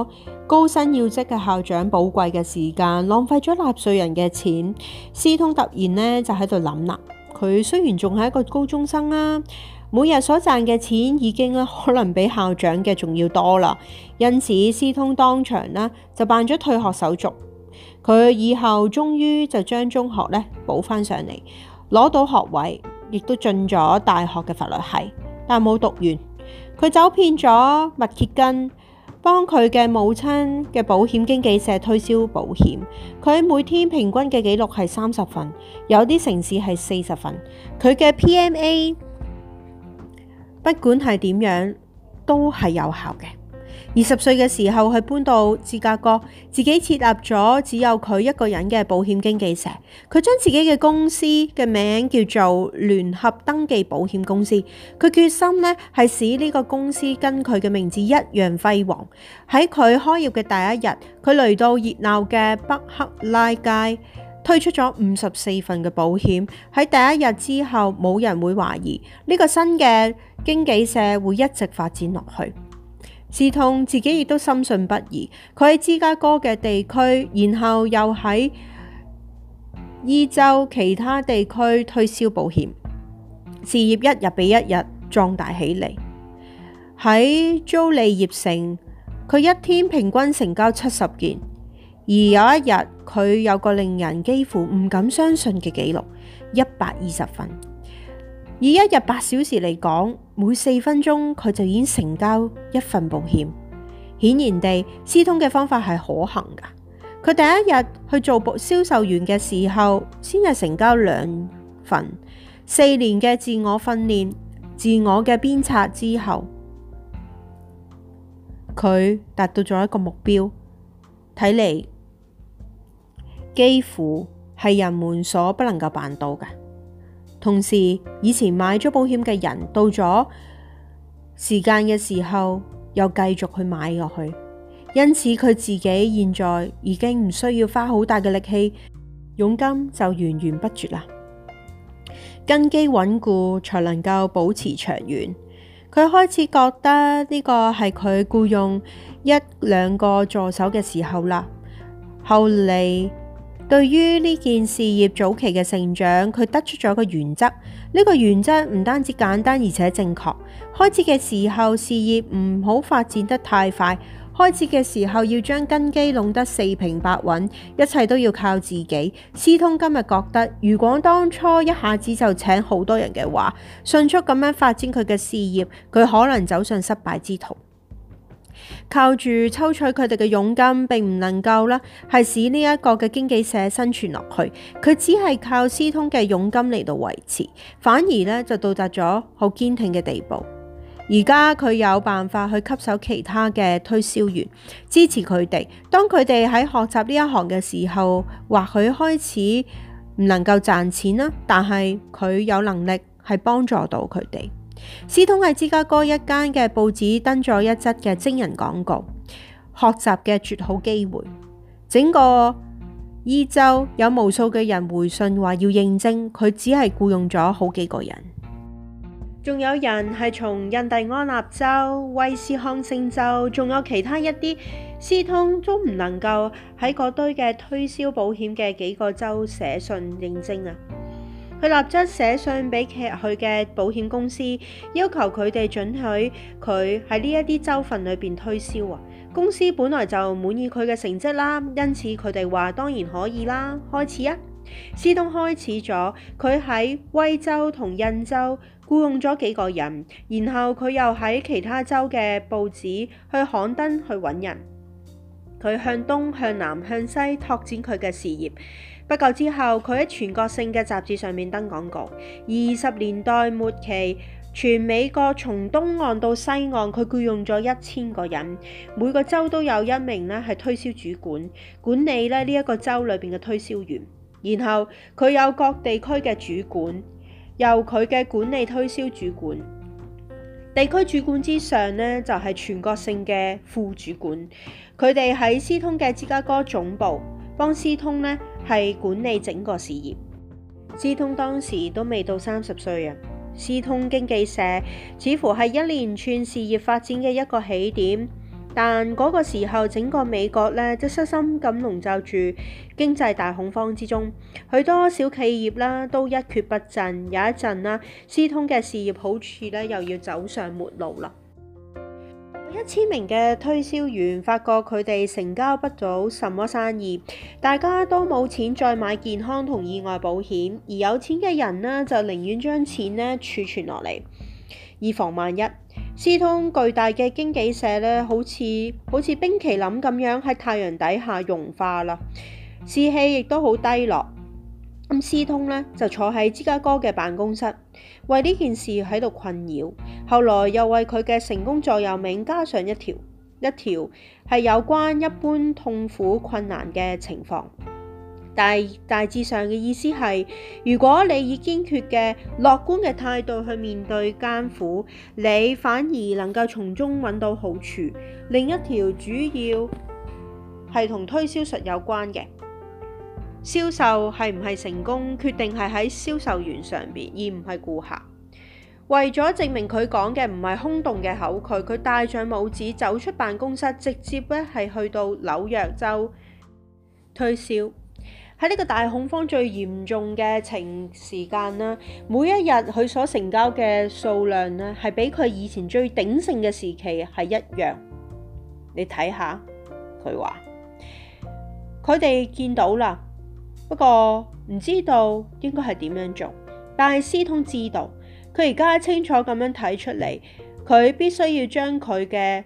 高薪要職嘅校長寶貴嘅時間，浪費咗納稅人嘅錢。斯通突然呢就喺度諗啦，佢雖然仲係一個高中生啦，每日所賺嘅錢已經可能比校長嘅仲要多啦。因此斯通當場呢就辦咗退學手續。佢以後終於就將中學呢補翻上嚟，攞到學位，亦都進咗大學嘅法律系，但冇讀完。佢走遍咗密歇根，幫佢嘅母親嘅保險經紀社推銷保險。佢每天平均嘅紀錄係30份，有啲城市係40份。佢嘅 PMA 不管係點樣都係有效嘅。20歲嘅時候，佢搬到芝加哥，自己設立咗只有佢一個人嘅保險經紀社。佢將自己嘅公司嘅名叫做聯合登記保險公司。佢決心呢係使呢個公司跟佢嘅名字一樣輝煌。喺佢開業嘅第一日，佢嚟到熱鬧嘅北克拉街，推出咗54份嘅保險。喺第一日之後，冇人會懷疑呢個新嘅經紀社會一直發展落去。斯通自己亦都深信不疑，佢喺芝加哥嘅地區，然後又喺伊州其他地區推銷保險，事業一日比一日壯大起嚟。喺租利業城，佢一天平均成交70件，而有一日佢有個令人幾乎唔敢相信嘅紀錄，120份。以一日8小時嚟講，每4分鐘佢就已經成交1份保險。顯然地，斯通嘅方法係可行噶。佢第一日去做銷售員嘅時候，先係成交2份。4年嘅自我訓練、自我嘅鞭策之後，佢達到咗一個目標，睇嚟幾乎係人們所不能夠辦到嘅。同時，以前買咗保險嘅人到咗時間嘅時候，又繼續去買落去，因此佢自己現在已經唔需要花好大嘅力氣，佣金就源源不絕啦。根基穩固，才能夠保持長遠。佢開始覺得呢個係佢僱用1-2個助手嘅時候啦。後嚟，對於呢件事業早期嘅成長，佢得出咗一個原則。呢個原則唔單止簡單，而且正確。開始嘅時候，事業唔好發展得太快。開始嘅時候要將根基弄得四平八穩，一切都要靠自己。斯通今日覺得，如果當初一下子就請好多人嘅話，迅速咁樣發展佢嘅事業，佢可能走上失敗之途。靠住抽取佢哋嘅佣金，並唔能夠啦，係使呢一個嘅經紀社生存落去。佢只係靠斯通嘅佣金嚟到維持，反而咧就到達咗好堅挺嘅地步。而家佢有辦法去吸收其他嘅推銷員，支持佢哋。當佢哋喺學習呢一行嘅時候，或許開始唔能夠賺錢啦，但係佢有能力係幫助到佢哋。斯通喺芝加哥一間嘅報紙登咗一則嘅徵人廣告，學習嘅絕好機會。整個伊州有無數嘅人回信話要應徵，佢只係僱用咗好幾個人。仲有人係從印第安納州、威斯康星州，仲有其他一啲斯通都唔能夠喺嗰堆嘅推銷保險嘅幾個州寫信應徵啊！佢立即寫信俾佢嘅保險公司，要求佢哋准許佢喺呢一啲州份裏邊推銷啊。公司本來就滿意佢嘅成績啦，因此佢哋話當然可以啦，開始啊！斯通開始咗，佢喺威州同印州僱用咗幾個人，然後佢又喺其他州嘅報紙去刊登去揾人。佢向東、向南、向西拓展佢嘅事業。不久之後，佢喺全國性嘅雜誌上面登廣告。20年代末期，全美國從東岸到西岸，佢僱用咗1000個人，每個州都有一名咧係推銷主管，管理咧呢一個州裏邊嘅推銷員。然後佢有各地區嘅主管，由佢嘅管理推銷主管。地區主管之上呢，就係全國性嘅副主管，佢哋喺斯通嘅芝加哥總部。幫斯通呢係管理整個事業。斯通當時都未到30歲啊。斯通經紀社似乎係一連串事業發展嘅一個起點。 但嗰個時候，整個美國呢，即深深咁籠罩住經濟大恐慌之中，許多小企業啦都一蹶不振。有一陣啦，斯通嘅事業好似呢又要走上末路啦。1000名嘅推銷員發覺佢哋成交不到什麼生意，大家都冇錢再買健康同意外保險，而有錢嘅人呢，就寧願將錢呢儲存落嚟，以防萬一。斯通巨大嘅經紀社呢，好似冰淇淋咁樣喺太陽底下融化啦，士氣亦都好低落。斯通呢，就坐喺芝加哥嘅辦公室，為呢件事喺度困擾。後來又為佢嘅成功座右銘加上一條係有關一般痛苦困難嘅情況。大致上嘅意思係，如果你以堅決嘅樂觀嘅態度去面對艱苦，你反而能夠從中揾到好處。另一條主要係同推銷術有關嘅。銷售係唔係成功，決定係喺銷售員上邊，而唔係顧客。為咗證明佢講嘅唔係空洞嘅口句，佢戴上帽子走出辦公室，直接咧係去到紐約州推銷。喺呢個大恐慌最嚴重嘅時間啦，每一日佢所成交嘅數量呢，係比佢以前最鼎盛嘅時期係一樣。你睇下，佢話佢哋見到啦。不過唔知道應該係點樣做，但係斯通知道，佢而家清楚咁樣睇出嚟，佢必須要將佢嘅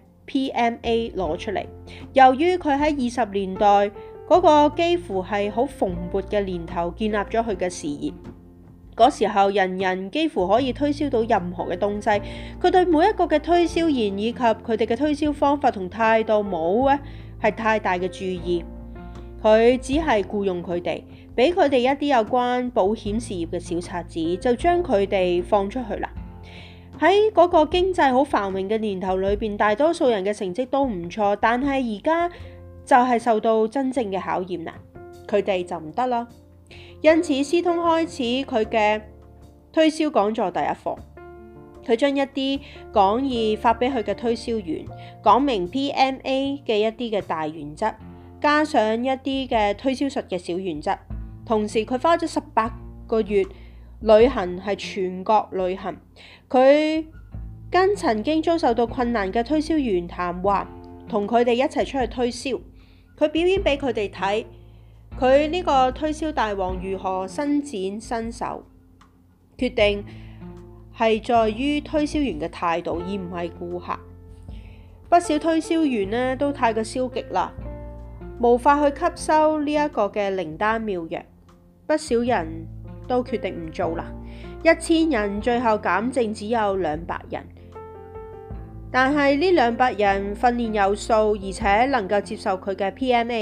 PMA 攞出嚟。由於佢喺20年代嗰個幾乎係好蓬勃嘅年頭建立咗佢嘅事業，嗰時候人人幾乎可以推銷到任何嘅東西。佢對每一個嘅推銷員以及佢哋嘅推銷方法同態度冇咧係太大嘅注意。佢只係僱用佢哋，俾佢哋一啲有關保險事業嘅小冊子，就將佢哋放出去啦。喺嗰個經濟好繁榮嘅年頭裏邊，大多數人嘅成績都唔錯，但係而家就係受到真正嘅考驗啦，佢哋就唔得啦。因此，斯通開始佢嘅推銷講座第一課，佢將一啲講義發俾佢嘅推銷員，講明 PMA 嘅一啲嘅大原則，加上一啲嘅推銷術嘅小原則。同時佢花咗18個月旅行，係全國旅行。佢跟曾經遭受到困難嘅推銷員談話，同佢哋一齊出去推銷。佢表演俾佢哋睇，佢呢個推銷大王如何伸展身手。決定係在於推銷員嘅態度，而唔係顧客。不少推銷員呢都太過消極啦，無法去吸收呢一個嘅靈丹妙藥。不少人都決定唔做啦。1000人最後減剩只有200人，但係呢200人訓練有素，而且能夠接受佢嘅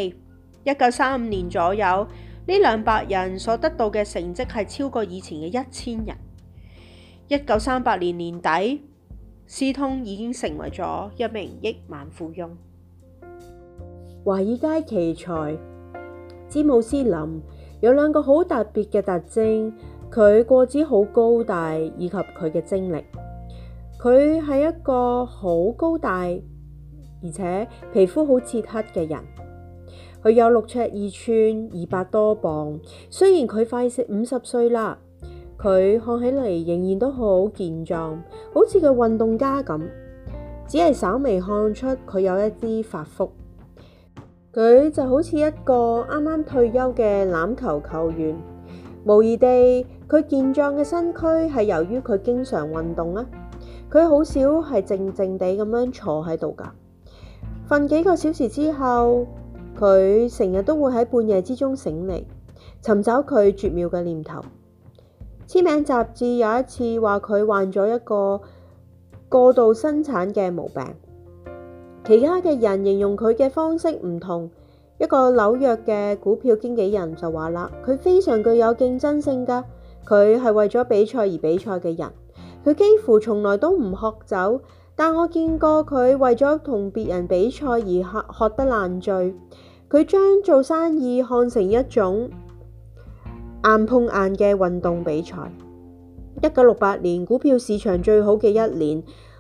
PMA。1935年左右，呢200人所得到嘅成績係超過以前嘅1000人。1938年年底，斯通已經成為咗一名億萬富翁。 華爾街奇才詹姆斯林有2個好特別嘅特徵，佢個子好高大，以及佢嘅精力。佢係一個好高大，而且皮膚好切黑嘅人。佢有6尺2寸，200多磅。雖然佢快50歲啦，佢看起嚟仍然都好健壯，好似個運動家咁。只係稍微看出佢有一啲發福。佢就好似一個啱啱退休嘅欖球球員。無疑地，佢健壯嘅身軀係由於佢經常運動啦。佢好少係靜靜地咁樣坐喺度噶，瞓幾個小時之後，佢成日都會喺半夜之中醒嚟，尋找佢絕妙嘅念頭。簽名雜誌有一次話佢患咗一個過度生產嘅毛病。其他嘅人形容佢嘅方式唔同。一個紐約嘅股票經紀人就話啦，佢非常具有競爭性噶，佢係為咗比賽而比賽嘅人，佢幾乎從來都唔喝酒，但我見過佢為咗同別人比賽而喝得爛醉。佢將做生意看成一種硬碰硬嘅運動比賽。1968年股票市場最好嘅一年，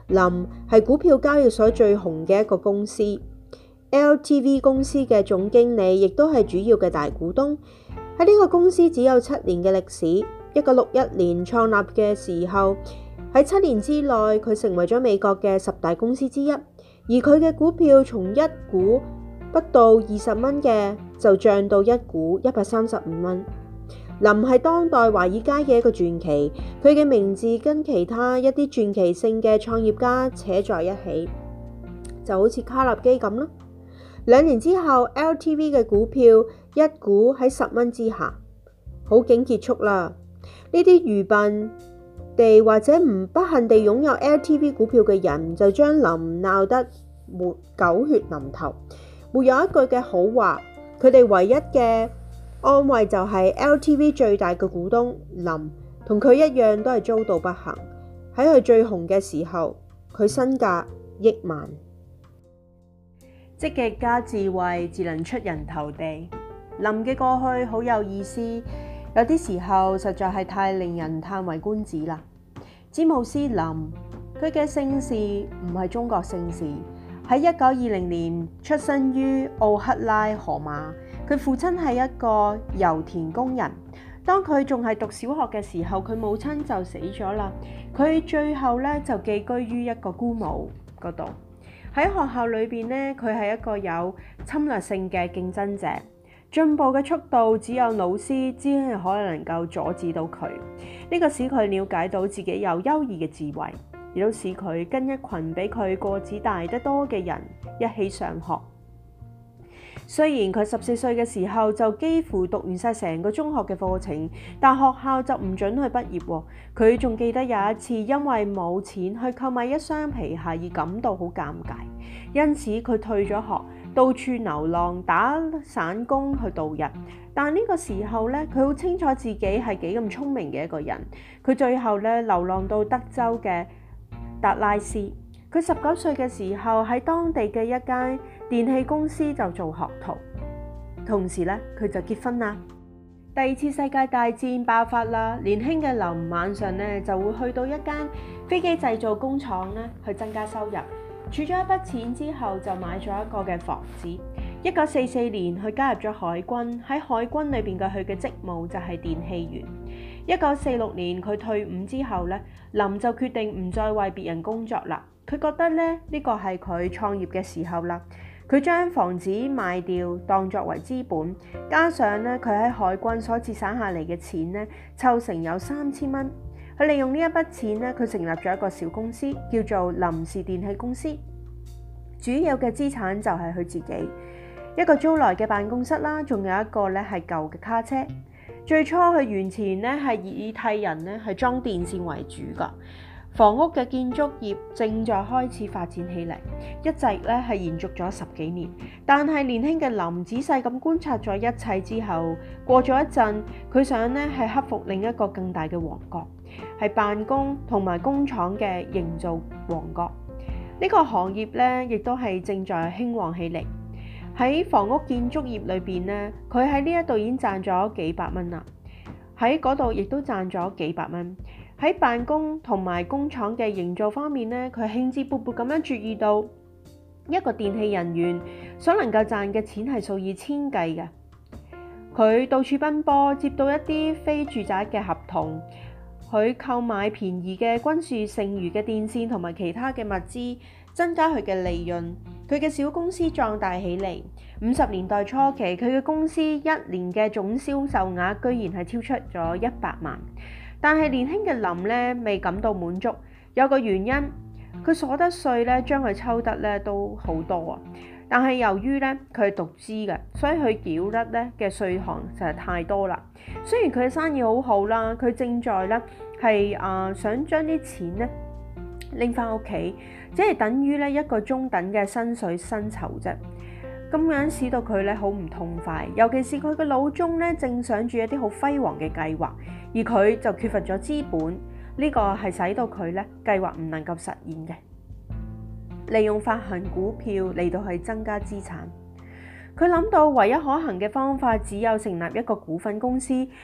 林係股票交易所最紅嘅一個公司。LTV 公司嘅總經理亦都係主要嘅大股東。喺呢個公司只有7年嘅歷史，1961年創立嘅時候，喺7年之內佢成為咗美國嘅10大公司之一，而佢嘅股票從一股不到20蚊嘅就漲到一股135蚊。林係當代華爾街嘅一個傳奇，佢嘅名字跟其他一啲傳奇性嘅創業家扯在一起，就好似卡納基咁啦。2年之後 ，LTV 嘅股票一股喺10蚊之下，好景結束啦。呢啲愚笨地或者不幸地擁有 LTV 股票嘅人，就將林鬧得狗血淋頭，沒有一句嘅好話。佢哋唯一嘅安慰就係 LTV 最大嘅股東林，同佢一樣都係遭到不幸。喺佢最紅嘅時候，佢身價億萬。 積極加智慧，自能出人頭地。林嘅過去好有意思，有啲時候實在係太令人嘆為觀止啦。詹姆斯林，佢嘅姓氏唔係中國姓氏，喺1920年出生於奧克拉荷馬。佢父親係一個油田工人。當佢仲係讀小學嘅時候，佢母親就死咗啦。佢最後咧就寄居於一個姑母嗰度。喺學校裏邊咧，佢係一個有侵略性嘅競爭者，進步嘅速度只有老師只係可能夠阻止到佢。呢個使佢了解到自己有優異嘅智慧，亦都使佢跟一群比佢個子大得多嘅人一起上學。雖然佢14歲嘅時候就幾乎讀完晒成個中學嘅課程，但學校就唔准佢畢業。佢仲記得有一次因為冇錢去購買一雙皮鞋而感到好尷尬，因此佢退咗學，到處流浪打散工去度日。但呢個時候咧，佢好清楚自己係幾咁聰明嘅一個人。佢最後咧流浪到德州嘅達拉斯。佢19歲嘅時候喺當地嘅一間電器公司就做學徒，同時咧佢就結婚啦。第二次世界大戰爆發啦，年輕嘅林晚上咧就會去到一間飛機製造工廠咧去增加收入。儲咗一筆錢之後，就買咗一個嘅房子。1944年佢加入咗海軍，喺海軍裏邊嘅佢嘅職務就係電器員。1946年佢退伍之後咧，林就決定唔再為別人工作啦。佢覺得咧呢個係佢創業嘅時候啦。佢將房子賣掉當作為資本，加上咧佢喺海軍所節省下嚟嘅錢咧，湊成有3000蚊。佢利用呢一筆錢咧，佢成立咗一個小公司，叫做林氏電器公司。主要嘅資產就係佢自己一個租來嘅辦公室啦，仲有一個咧係舊嘅卡車。最初佢完全咧係以替人咧係裝電線為主㗎。房屋嘅建築業正在開始發展起嚟，一直咧係延續咗10幾年。但係年輕嘅林仔細咁觀察咗一切之後，過咗一陣，佢想咧係克服另一個更大嘅王國，係辦公同埋工廠嘅營造王國。呢個行業咧亦都係正在興旺起嚟。喺房屋建築業裏邊咧，佢喺呢一度已經賺咗幾百蚊啦，喺嗰度亦都賺咗幾百蚊。喺辦公同埋工廠嘅營造方面咧，佢興致勃勃咁樣注意到一個電器人員所能夠賺嘅錢係數以千計嘅。佢到處奔波，接到一啲非住宅嘅合同，佢購買便宜嘅軍事剩餘嘅電線同埋其他嘅物資，增加佢嘅利潤。佢嘅小公司壯大起嚟。50年代初期，佢嘅公司一年嘅總銷售額居然係超出咗100萬。但係年輕嘅林咧未感到滿足，有個原因，佢所得稅咧將佢抽得咧都好多啊。但係由於咧佢係獨資嘅，所以佢繳得咧嘅稅項實在太多啦。雖然佢嘅生意好好啦，佢正在咧係想將啲錢咧拎翻屋企，只係等於咧一個中等嘅薪水薪酬啫。咁樣使到佢咧好唔痛快，尤其是佢嘅腦中咧正想住一啲好輝煌嘅計劃，而佢就缺乏咗資本，呢個係使到佢咧計劃唔能夠實現嘅。利用發行股票嚟到去增加資產，佢諗到唯一可行嘅方法只有成立一個股份公司，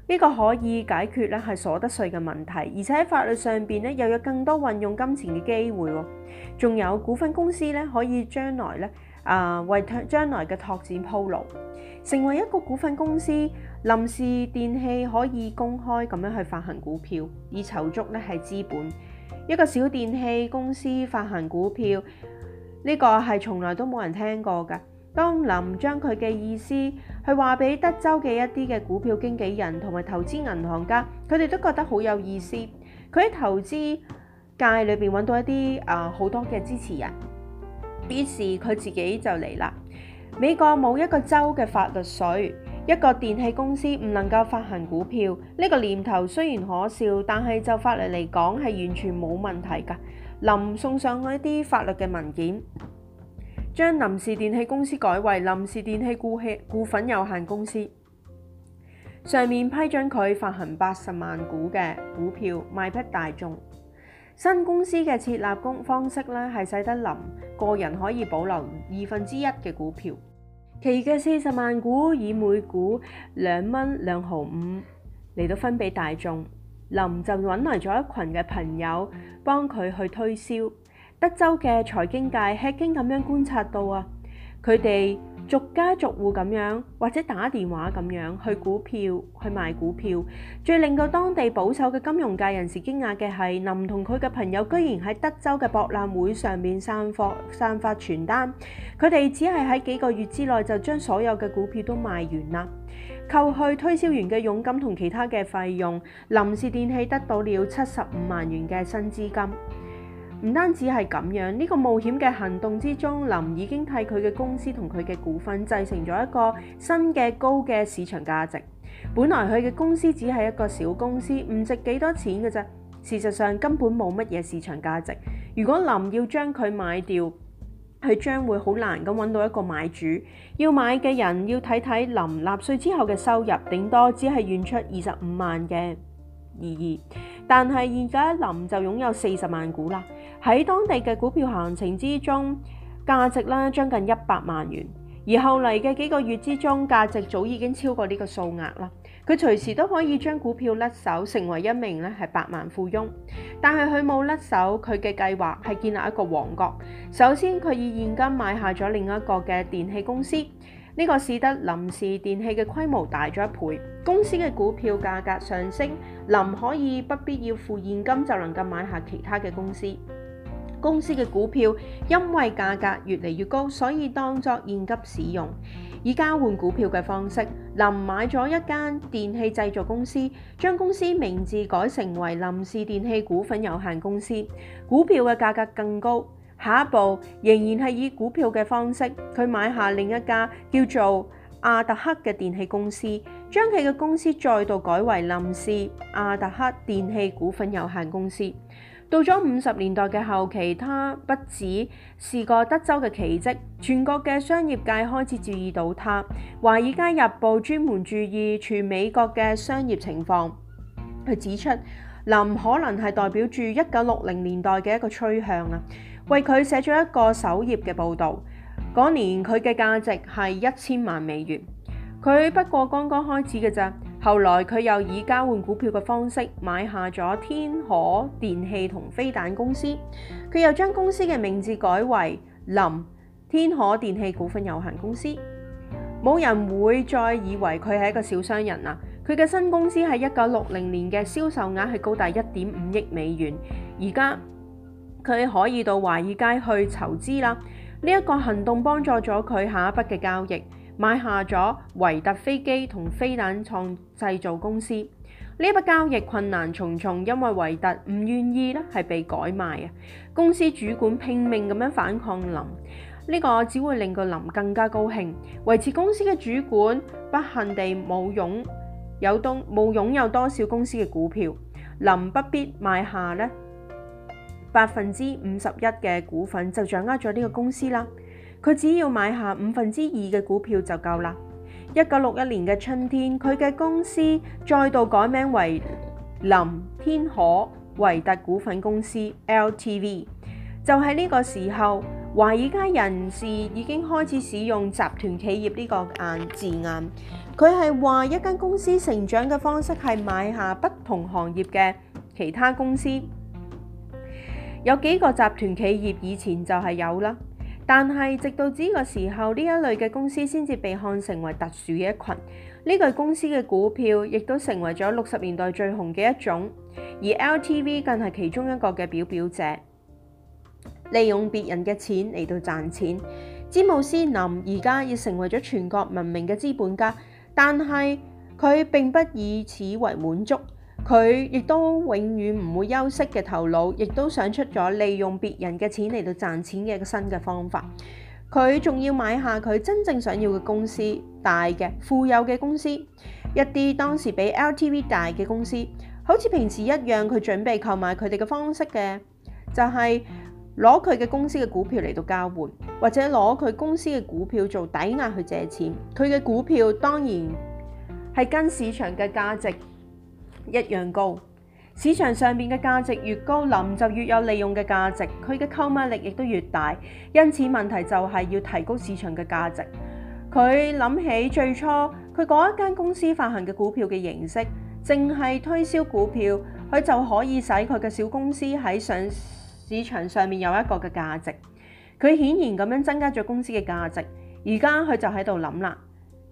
呢個可以解決咧係所得稅嘅問題，而且喺法律上邊咧又有更多運用金錢嘅機會喎。仲有股份公司咧可以將來咧為將來嘅拓展鋪路。成為一個股份公司，林氏電器可以公開咁樣去發行股票，以籌足咧係資本。一個小電器公司發行股票，呢個係從來都冇人聽過㗎。當林將佢嘅意思去話俾德州嘅一啲嘅股票經紀人同埋投資銀行家，佢哋都覺得好有意思。佢喺投資界裏邊揾到一啲好多嘅支持人，於是佢自己就嚟啦。美國冇一個州嘅法律稅，一個電器公司唔能夠發行股票。呢個念頭雖然可笑，但係就法律嚟講係完全冇問題㗎。林送上一啲法律嘅文件，將林氏電器公司改為林氏電器股份有限公司，上面批准佢發行80萬股嘅股票賣俾大眾。新公司嘅設立方式咧，係使得林個人可以保留1/2嘅股票，其餘嘅40萬股以每股2.255嚟到分俾大眾。林就揾嚟咗一群嘅朋友幫佢去推銷。德州嘅財經界吃驚咁樣觀察到佢哋逐家逐戶咁樣或者打電話咁樣去賣股票。最令到當地保守嘅金融界人士驚訝嘅係，林同佢嘅朋友居然喺德州嘅博覽會上面散發傳單。佢哋只係喺幾個月之內就將所有嘅股票都賣完啦。扣去推銷員嘅佣金同其他嘅費用，林氏電器得到了75萬元嘅新資金。唔單止係咁樣，呢個冒險嘅行動之中，林已經替佢嘅公司同佢嘅股份製成咗一個新嘅高嘅市場價值。本來佢嘅公司只係一個小公司，唔值幾多錢嘅啫。事實上根本冇乜嘢市場價值。如果林要將佢買掉，佢將會好難咁揾到一個買主。要買嘅人要睇睇林納稅之後嘅收入，頂多只係願出25萬嘅而已。但係而家林就擁有40萬股啦。喺當地嘅股票行情之中，價值啦將近100萬元，而後嚟嘅幾個月之中，價值早已經超過呢個數額啦。佢隨時都可以將股票甩手，成為一名咧係百萬富翁。但係佢冇甩手，佢嘅計劃係建立一個王國。首先，佢以現金買下咗另一個嘅電器公司，呢個使得林氏電器嘅規模大咗1倍。公司嘅股票價格上升，林可以不必要付現金就能夠買下其他嘅公司。公司嘅股票因為價格越嚟越高，所以當作現金使用，以交換股票嘅方式。林買咗一間電器製造公司，將公司名字改成為林氏電器股份有限公司，股票嘅價格更高。下一步仍然係以股票嘅方式，佢買下另一家叫做亞特克嘅電器公司，將佢嘅公司再度改為林氏亞特克電器股份有限公司。到咗50年代嘅後期，他不只是個德州嘅奇蹟，全國嘅商業界開始注意到他。華爾街日報專門注意全美國嘅商業情況，佢指出林可能係代表住1960年代嘅一個趨向為佢寫咗一個首頁嘅報導。嗰年佢嘅價值係1000萬美元，佢不過剛剛開始嘅咋。後來佢又以交換股票嘅方式買下咗天可電器同飛彈公司，佢又將公司嘅名字改為林天可電器股份有限公司。冇人會再以為佢係一個小商人啦。佢嘅新公司喺1960年嘅銷售額係高達1.5億美元，而家佢可以到華爾街去籌資啦。呢一個行動幫助咗佢下一筆嘅交易。買下咗維特飛機同飛彈製造公司。呢一筆交易困難重重，因為維特唔願意咧係被改賣公司主管拼命咁樣反抗林，呢個只會令個林更加高興。維持公司嘅主管不幸地冇擁有多少公司嘅股票，林不必買下咧51%嘅股份就掌握咗呢個公司啦。佢只要買下2/5嘅股票就夠啦。1961年嘅春天，佢嘅公司再度改名為林天可維特股份公司 LTV。就喺呢個時候， 華爾街人士已經開始使用集團企業呢個字眼，佢係話一間公司成長嘅方式係買下不同行業嘅其他公司。有幾個集團企業以前就係有啦，但係直到呢個時候，呢一類嘅公司先至被看成為特殊嘅一群。呢類公司嘅股票亦都成為咗60年代最紅嘅一種，而 LTV 更係其中一個嘅表者。利用別人嘅錢嚟到賺錢，詹姆斯林而家已成為咗全國聞名嘅資本家，但係佢並不以此為滿足，佢亦都永遠唔會休息嘅頭腦，亦都想出咗利用別人嘅錢嚟到賺錢嘅新嘅方法。佢仲要買下佢真正想要嘅公司，大嘅富有嘅公司，一啲當時比 LTV 大嘅公司，好似平時一樣，佢準備購買佢哋嘅方式嘅就係攞佢嘅公司嘅股票嚟到交換，或者攞佢公司嘅股票做抵押去借錢。佢嘅股票當然係跟市場嘅價值一樣高，市場上面嘅價值越高，林就越有利用嘅價值，佢嘅購買力亦都越大。因此問題就係要提高市場嘅價值。佢諗起最初佢嗰一間公司發行嘅股票嘅形式，淨係推銷股票，佢就可以使佢嘅小公司喺上市場上面有一個嘅價值。佢顯然咁樣增加咗公司嘅價值。而家佢就喺度諗啦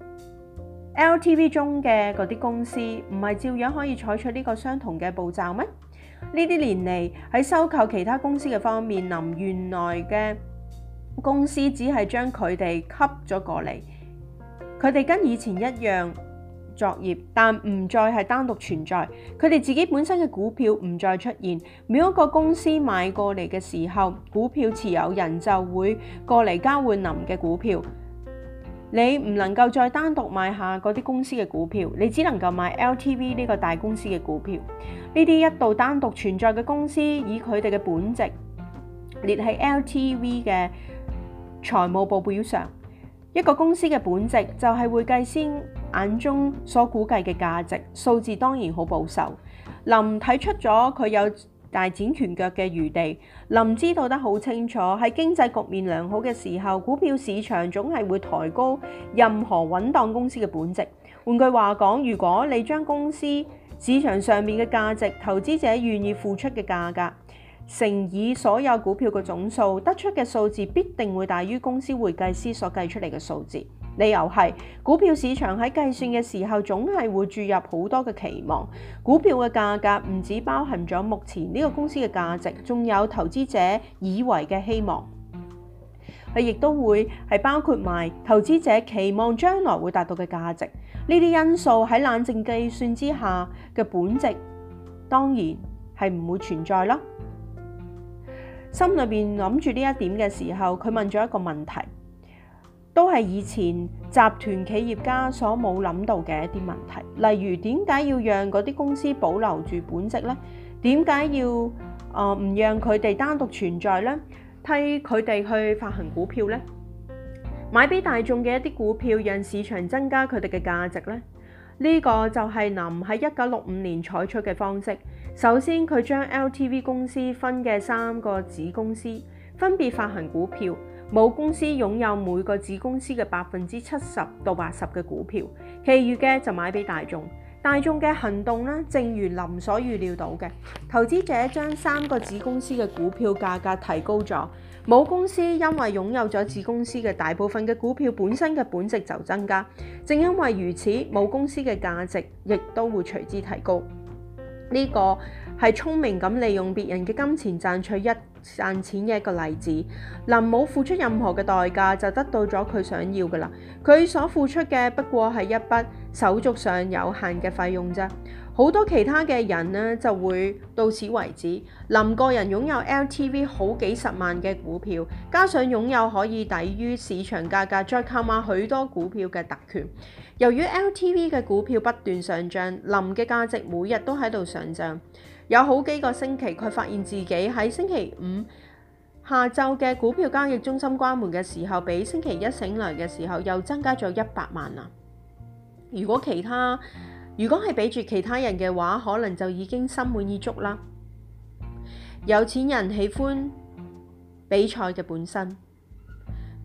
，LTV 中嘅嗰啲公司唔係照樣可以採取呢個相同嘅步驟咩？呢啲年嚟喺收購其他公司嘅方面，林原來嘅公司只係將佢哋吸咗過嚟，佢哋跟以前一樣作業，但唔再係單獨存在。佢哋自己本身嘅股票唔再出現。每一個公司買過嚟嘅時候，股票持有人就會過嚟交換林嘅股票。你唔能夠再單獨買下嗰啲公司嘅股票，你只能夠買 LTV 呢個大公司嘅股票。呢啲一度單獨存在嘅公司，以佢哋嘅本質列喺 LTV 嘅財務報表上。一個公司嘅本質就係會計師眼中所估計嘅價值，數字當然好保守。林睇出咗佢有大展拳腳嘅餘地。林知道得好清楚，喺經濟局面良好嘅時候，股票市場總係會抬高任何穩當公司嘅本質。換句話講，如果你將公司市場上面嘅價值，投資者願意付出嘅價格，乘以所有股票嘅總數，得出嘅數字必定會大於公司會計師所計出嚟嘅數字。理由係股票市場喺計算嘅時候，總係會注入好多嘅期望。股票嘅價格唔只包含咗目前呢個公司嘅價值，仲有投資者以為嘅希望。佢亦都會係包括埋投資者期望將來會達到嘅價值。呢啲因素喺冷靜計算之下嘅本質，當然係唔會存在啦。心裏邊諗住呢一點嘅時候，佢問咗一個問題，都係以前集團企業家所冇諗到嘅一啲問題。例如點解要讓嗰啲公司保留住本質呢？點解要唔讓佢哋單獨存在呢？替佢哋去發行股票呢？買俾大眾嘅一啲股票，讓市場增加佢哋嘅價值呢？呢個就係林喺1965年採取嘅方式。首先，佢將 LTV 公司分嘅3個子公司分別發行股票，母公司擁有每個子公司嘅70%到80%嘅股票，其餘嘅就買俾大眾。大眾嘅行動呢，正如林所預料到嘅，投資者將3個子公司嘅股票價格提高咗，母公司因為擁有咗子公司嘅大部分嘅股票，本身嘅本值就增加。正因為如此，母公司嘅價值亦都會隨之提高。呢個係聰明咁利用別人嘅金錢賺錢嘅一個例子。林冇付出任何嘅代價就得到咗佢想要嘅啦。佢所付出嘅不過係一筆手續上有限嘅費用啫。好多其他嘅人呢就會到此為止。林個人擁有 LTV 好幾十萬嘅股票，加上擁有可以抵於市場價格再購買許多股票嘅特權。由於 LTV 嘅股票不斷上漲，林嘅價值每日都喺度上漲。有好幾個星期，佢發現自己喺星期5下晝嘅股票交易中心關門嘅時候，比星期1醒來嘅時候又增加咗100萬啦。如果係比住其他人嘅話，可能就已經心滿意足啦。有錢人喜歡比賽嘅本身，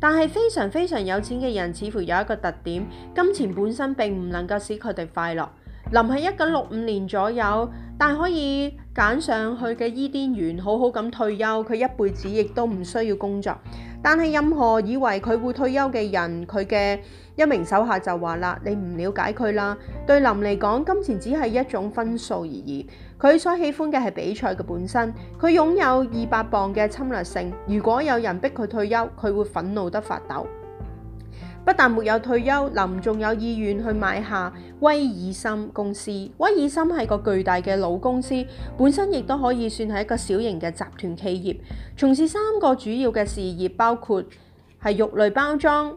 但係非常非常有錢嘅人似乎有一個特點，金錢本身並唔能夠使佢哋快樂。林喺1965年左右，但可以揀上去嘅伊甸園，好好咁退休，佢一輩子亦都唔需要工作。但係任何以為佢會退休嘅人，佢嘅一名手下就話啦：你唔了解佢啦。對林嚟講，金錢只係一種分數而已。佢所喜歡嘅係比賽嘅本身。佢擁有200磅嘅侵略性。如果有人逼佢退休，佢會憤怒得發抖。不但沒有退休，林仲有意願去買下威爾森公司。威爾森係個巨大嘅老公司，本身亦都可以算係一個小型嘅集團企業，從事3個主要嘅事業，包括係肉類包裝、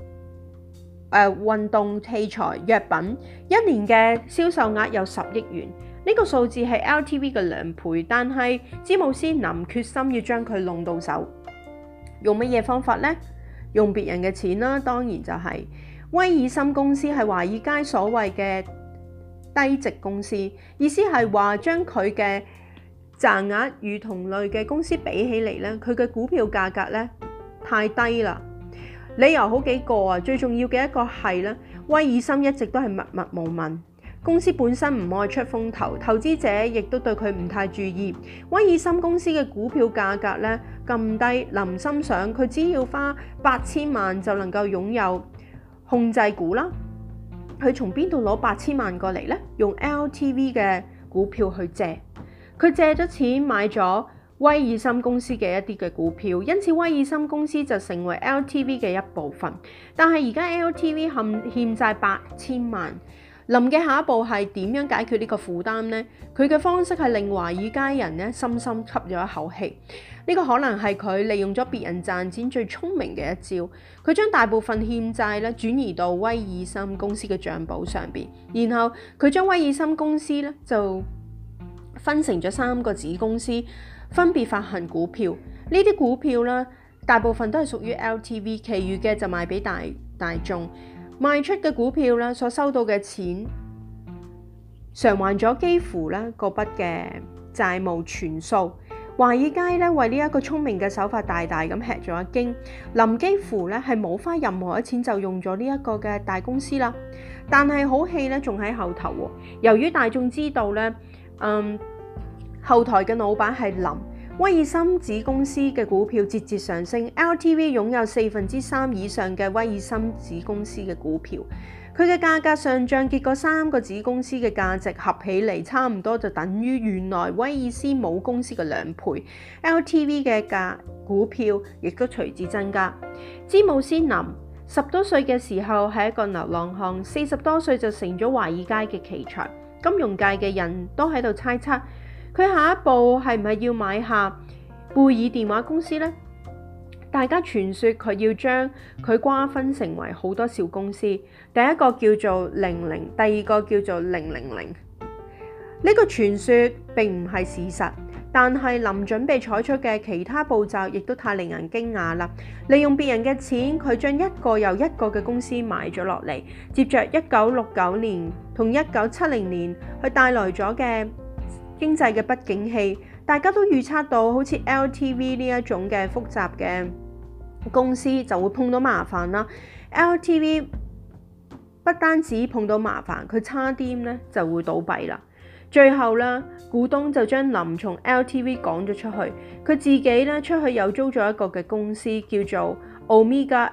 運動器材、藥品。一年嘅銷售額有10億元，呢個數字係 LTV 嘅2倍。但係詹姆斯林決心要將佢弄到手，用乜嘢方法呢？用別人嘅錢啦，當然就係威爾森公司係華爾街所謂嘅低值公司，意思係話將佢嘅賺額與同類嘅公司比起嚟咧，佢嘅股票價格咧太低啦。理由好幾個啊，最重要嘅一個係咧，威爾森一直都係默默無聞。公司本身唔愛出風頭，投資者亦都對佢唔太注意。威爾森公司嘅股票價格咧咁低，林心想佢只要花8000萬就能夠擁有控制股啦。佢從邊度攞8000萬過嚟呢？用 LTV 嘅股票去借，佢借咗錢買咗威爾森公司嘅一啲嘅股票，因此威爾森公司就成為 LTV 嘅一部分。但係而家 LTV 欠債8000萬。林嘅下一步係點樣解決呢個負擔呢？佢嘅方式係令華爾街人咧深深吸咗一口氣。呢個可能係佢利用咗別人賺錢最聰明嘅一招。佢將大部分欠債咧轉移到威爾森公司嘅賬簿上邊，然後佢將威爾森公司咧就分成咗3個子公司，分別發行股票。呢啲股票啦，大部分都係屬於 LTV， 其餘嘅就賣俾大眾。賣出嘅股票啦，所收到嘅錢償還咗幾乎咧嗰筆嘅債務全數。華爾街咧為呢一個聰明嘅手法大大咁吃咗一驚。林幾乎咧係冇花任何嘅錢就用咗呢一個嘅大公司啦。但係好戲咧仲喺後頭喎。由於大眾知道咧，後台嘅老闆係林。威爾森子公司嘅股票節節上升 ，LTV 擁有3%以上嘅威爾森子公司嘅股票，佢嘅價格上漲，結果3個子公司嘅價值合起嚟差唔多就等於原來威爾斯母公司嘅2倍 ，LTV 嘅股票亦都隨之增加。詹姆斯林10多歲嘅時候係一個流浪漢，40多歲就成咗華爾街嘅奇才，金融界嘅人都喺度猜測。佢下一步係唔係要買下貝爾電話公司呢？大家傳說佢要將佢瓜分成為好多小公司，第一個叫做00，第二個叫做000。呢個傳說並唔係事實，但係林準備採取嘅其他步驟亦都太令人驚訝啦！利用別人嘅錢，佢將一個又一個嘅公司買咗落嚟，接着1969年同1970年佢帶來咗嘅經濟嘅不景氣，大家都預測到好似 LTV 呢一種嘅複雜嘅公司就會碰到麻煩啦。LTV 不單止碰到麻煩，佢差啲咧就會倒閉啦。最後咧，股東就將林從 LTV 趕咗出去，佢自己咧出去又租咗一個嘅公司叫做 Omega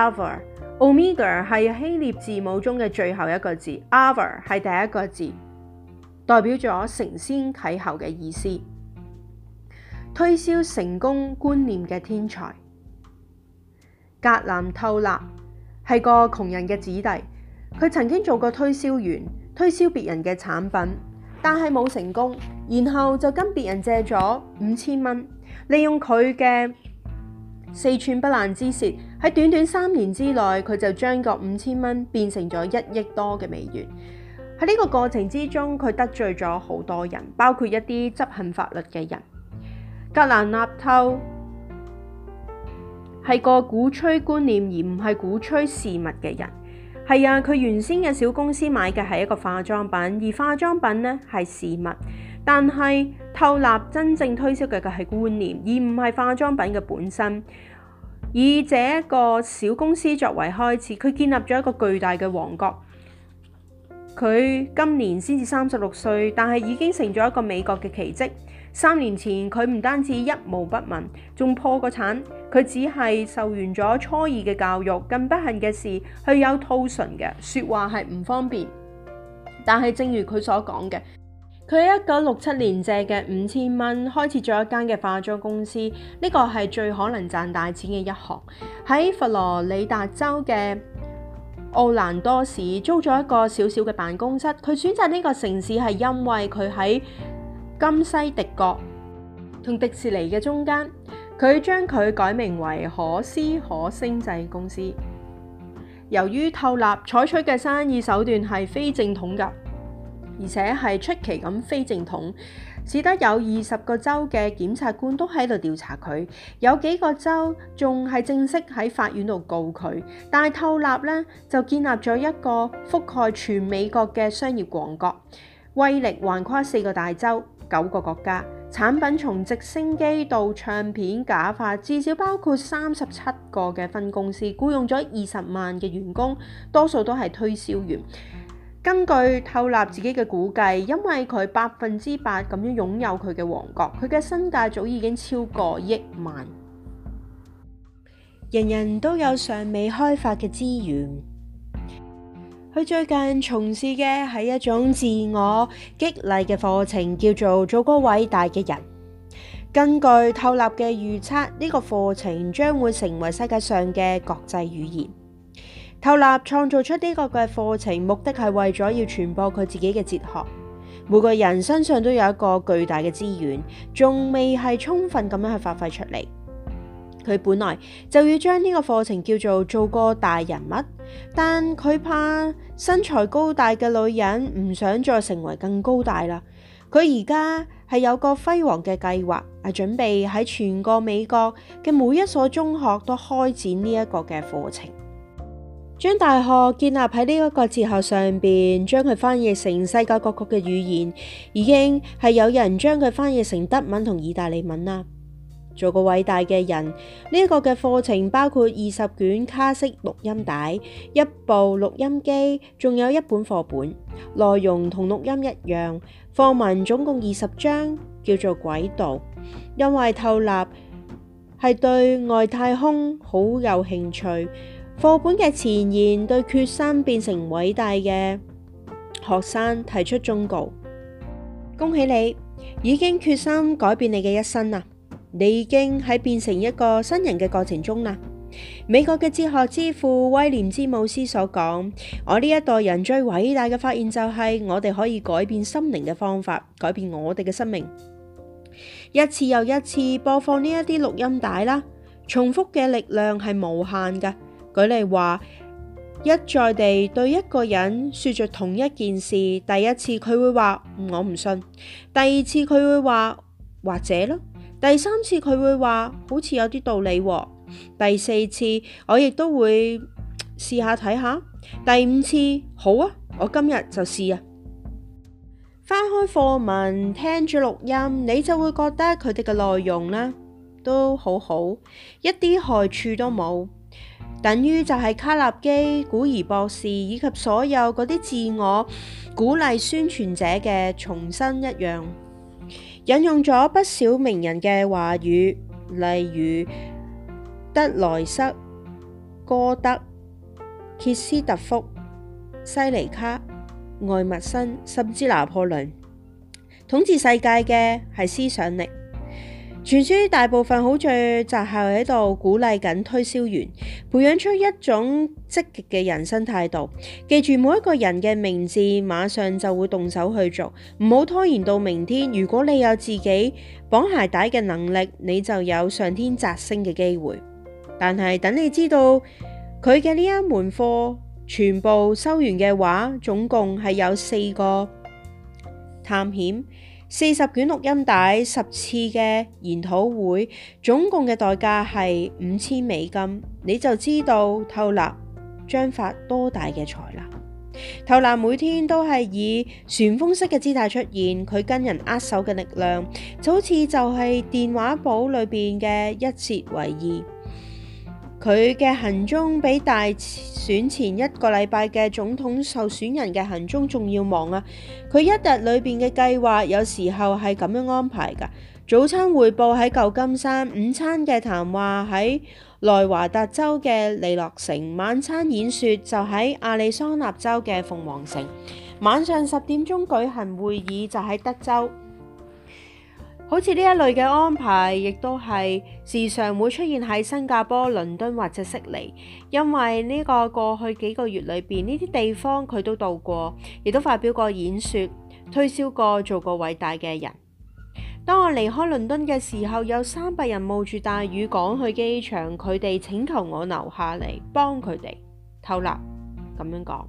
Alpha。Omega 係希臘字母中嘅最後一個字 ，Alpha 係第一個字。代表咗承先啟後嘅意思，推銷成功觀念嘅天才。格蘭透納係個窮人嘅子弟，佢曾經做過推銷員，推銷別人嘅產品，但係冇成功，然後就跟別人借咗5000蚊，利用佢嘅4寸不爛之舌，喺短短3年之內，佢就將個5000蚊變成咗1億多嘅美元。喺呢個過程之中，佢得罪咗好多人，包括一啲執行法律嘅人。格蘭納透係個鼓吹觀念而唔係鼓吹事物嘅人。係啊，佢原先嘅小公司買嘅係一個化妝品，而化妝品呢係事物。但係透納真正推銷嘅係觀念，而唔係化妝品嘅本身。 以這一個小公司作為開始，佢建立咗一個巨大嘅王國。佢今年先至36歲，但係已經成咗一個美國嘅奇蹟。3年前佢唔單止一毛不紋，仲破過產。佢只係受完咗初二嘅教育，更不幸嘅是佢有兔唇嘅，說話係唔方便。但係正如佢所講嘅，佢喺1967年借嘅5000蚊開設咗一間嘅化妝公司，呢個係最可能賺大錢嘅一行。喺佛羅里達州嘅奧蘭多市租咗一個小小嘅辦公室。佢選擇呢個城市係因為佢喺金西迪角同迪士尼嘅中間。佢將佢改名為可思可星製公司。由於透納採取嘅生意手段係非正統㗎，而且係出奇咁非正統，使得有20個州嘅檢察官都喺度調查佢，有幾個州仲係正式喺法院度告佢。但係透納呢，就建立咗一個覆蓋全美國嘅商業王國，威力橫跨4個大洲、9個國家。產品從直升機到唱片、假髮，至少包括37個嘅分公司，僱用咗20萬嘅員工，多數都係推銷員。根據透納自己嘅估計，因為佢100%咁樣擁有佢嘅王國，佢嘅身價早已經超過億萬。人人都有尚未開發嘅資源。佢最近從事嘅係一種自我激勵嘅課程，叫做個偉大嘅人。根據透納嘅預測，呢個課程將會成為世界上嘅國際語言。透納創造出呢個嘅課程，目的係為咗要傳播佢自己嘅哲學。每個人身上都有一個巨大嘅資源，仲未係充分咁樣去發揮出嚟。佢本來就要將呢個課程叫做個大人物，但佢怕身材高大嘅女人唔想再成為更高大啦。佢而家係有個輝煌嘅計劃，係準備喺全個美國嘅每一所中學都開展呢一個嘅課程，將大學建立喺呢一個哲學上邊，將佢翻譯成世界各國嘅語言，已經係有人將佢翻譯成德文同意大利文啦。做個偉大嘅人，呢一個嘅課程包括20卷卡式錄音帶、1部錄音機，仲有1本課本，內容同錄音一樣。課文總共20章，叫做軌道。因為透納係對外太空好有興趣，課本嘅前言對決心變成偉大嘅學生提出忠告：恭喜你，已經決心改變你嘅一生啦！你已經喺變成一個新人嘅過程中啦。美國嘅哲學之父威廉詹姆斯所講：我呢一代人最偉大嘅發現就係我哋可以改變心靈嘅方法，改變我哋嘅生命。一次又一次播放呢一啲錄音帶啦，重複嘅力量係無限㗎。舉例話，一再地對一個人說着同一件事，第一次佢會話我唔信，第二次佢會話或者咯。第三次佢會話好似有啲道理喎，第四次我亦都會試下睇下，第五次好啊，我今日就試啊。翻開課文聽住錄音，你就會覺得佢哋嘅內容呢都好好，一啲害處都冇，等於就係卡納基、古爾博士以及所有嗰啲自我鼓勵宣傳者嘅重申一樣。引用咗不少名人嘅話語，例如德萊塞、歌德、歇斯特福、西尼卡、愛默生，甚至拿破崙。統治世界嘅係思想力。全書大部分好在就係喺度鼓勵緊推銷員，培養出一種積極嘅人生態度。記住每一個人嘅名字，馬上就會動手去做，唔好拖延到明天。如果你有自己綁鞋帶嘅能力，你就有上天擲星嘅機會。但係等你知道佢嘅呢一門課全部收完嘅話，總共係有4個探險、40卷錄音帶、10次嘅研討會，總共嘅代價係$5000，你就知道透納將發多大嘅財啦。透納每天都係以旋風式嘅姿態出現，佢跟人握手嘅力量就好似就係電話簿裏邊嘅1節為2。 佢嘅行蹤比大選前1個禮拜嘅總統候選人嘅行蹤仲要忙啊！佢一日裏邊嘅計劃有時候係咁樣安排㗎：早餐匯報喺舊金山，午餐嘅談話喺內華達州嘅利諾城，晚餐演說就喺亞利桑那州嘅鳳凰城，晚上10點鐘舉行會議就喺德州。好似呢一類嘅安排，亦都係時常會出現喺新加坡、倫敦或者悉尼，因為呢個過去幾個月裏邊，呢啲地方佢都到過，亦都發表過演說，推銷過做過偉大嘅人。當我離開倫敦嘅時候，有300人冒住大雨趕去機場，佢哋請求我留下嚟幫佢哋。透納咁樣講，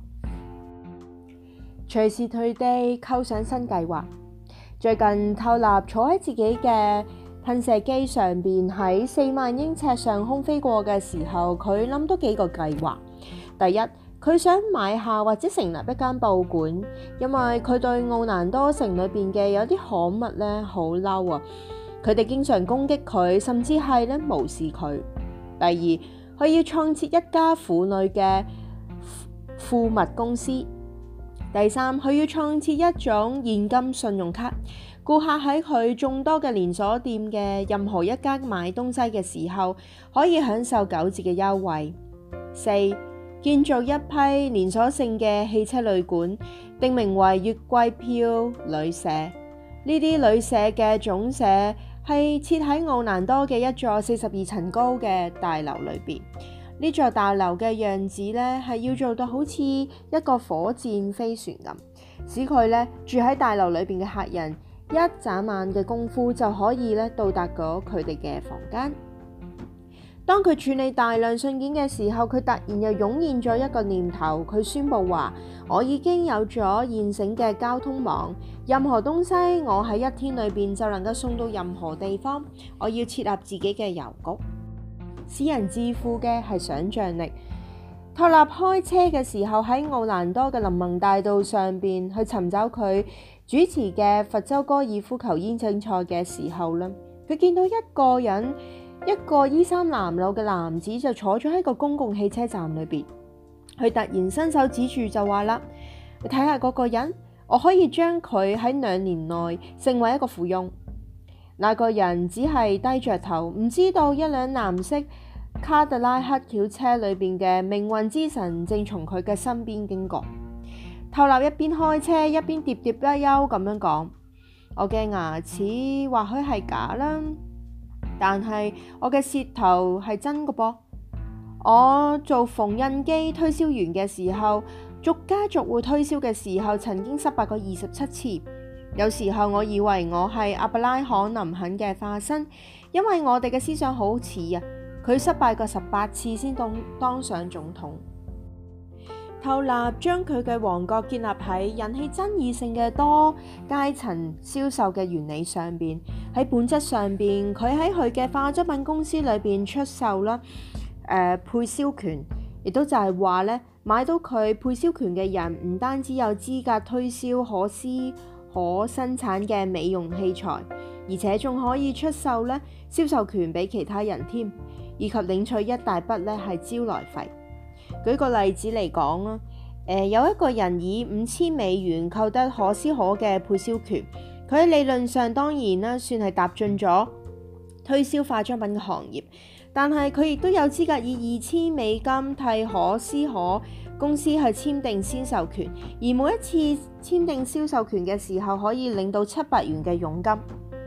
隨時隨地構想新計劃。最近透納坐喺自己嘅噴射機上邊，喺4萬英尺上空飛過嘅時候，佢諗到幾個計劃。第一，佢想買下或者成立一間報館，因為佢對奧蘭多城裏邊嘅有啲刊物咧好嬲啊，佢哋經常攻擊佢，甚至係咧無視佢。第二，佢要創設一家婦女嘅庫物公司。第三，佢要創設一種現金信用卡，顧客喺佢眾多嘅連鎖店嘅任何一間買東西嘅時候，可以享受9折嘅優惠。四，建造一批連鎖性嘅汽車旅館，定名為月桂票旅社。呢啲旅社嘅總社係設喺奧蘭多嘅一座42層高嘅大樓裏邊。呢座大樓嘅樣子咧，係要做到好似一個火箭飛船咁，使佢咧住喺大樓裏邊嘅客人一眨眼嘅功夫就可以咧到達咗佢哋嘅房間。當佢處理大量信件嘅時候，佢突然又湧現咗一個念頭，佢宣佈話：我已經有咗現成嘅交通網，任何東西我喺1天裏邊就能夠送到任何地方。我要設立自己嘅郵局。使人致富嘅係想像力。托納開車嘅時候喺奧蘭多嘅林蒙大道上邊去尋找佢主持嘅佛州高爾夫球邀請賽嘅時候呢，佢見到一個人，一個衣衫襤褸嘅男子就坐咗喺個公共汽車站裏邊。佢突然伸手指住就話啦：你睇下嗰個人，我可以將佢喺2年內成為一個富翁。那個人只係低着頭，唔知道一輛藍色卡特拉克轎車裏邊嘅命運之神正從佢嘅身邊經過。透納一邊開車一邊喋喋不休咁樣講：我嘅牙齒或許係假啦，但係我嘅舌頭係真嘅噃。我做縫紉機推銷員嘅時候，逐家逐戶推銷嘅時候，曾經失敗過27次。有時候我以為我係亞伯拉罕林肯嘅化身，因為我哋嘅思想好似啊。佢失敗過18次先當上總統。透納將佢嘅王國建立喺引起爭議性嘅多階層銷售嘅原理上邊。喺本質上邊，佢喺佢嘅化妝品公司裏邊出售啦配銷權，亦都就係話咧，買到佢配銷權嘅人唔單止有資格推銷可生產嘅美容器材，而且仲可以出售咧銷售權俾其他人添，以及領取一大筆咧係招來費。舉個例子嚟講啦，有一個人以$5000購得可思可嘅配銷權，佢喺理論上當然啦算係踏進咗推銷化妝品嘅行業，但係佢亦都有資格以$2000替可思可公司去簽訂銷售權，而每一次簽訂銷售權嘅時候，可以領到700元嘅佣金。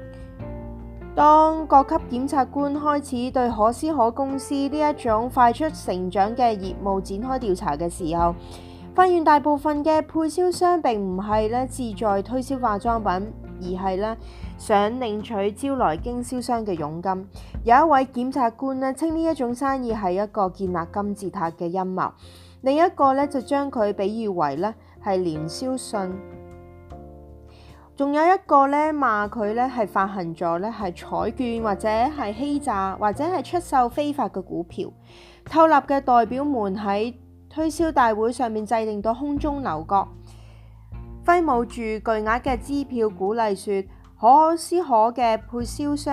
當各級檢察官開始對可思可公司呢一種快速成長嘅業務展開調查嘅時候，發現大部分嘅配銷商並唔係咧志在推銷化妝品，而係咧想領取招來經銷商嘅佣金。有一位檢察官咧稱呢一種生意係一個建立金字塔嘅陰謀，另一個咧就將佢比喻為咧係年銷信。仲有一個咧罵佢咧係發行咗咧係彩券，或者係欺詐，或者係出售非法嘅股票。透納嘅代表們喺推銷大會上面制定到空中樓閣，揮舞住巨額嘅支票，鼓勵說可思可嘅配銷商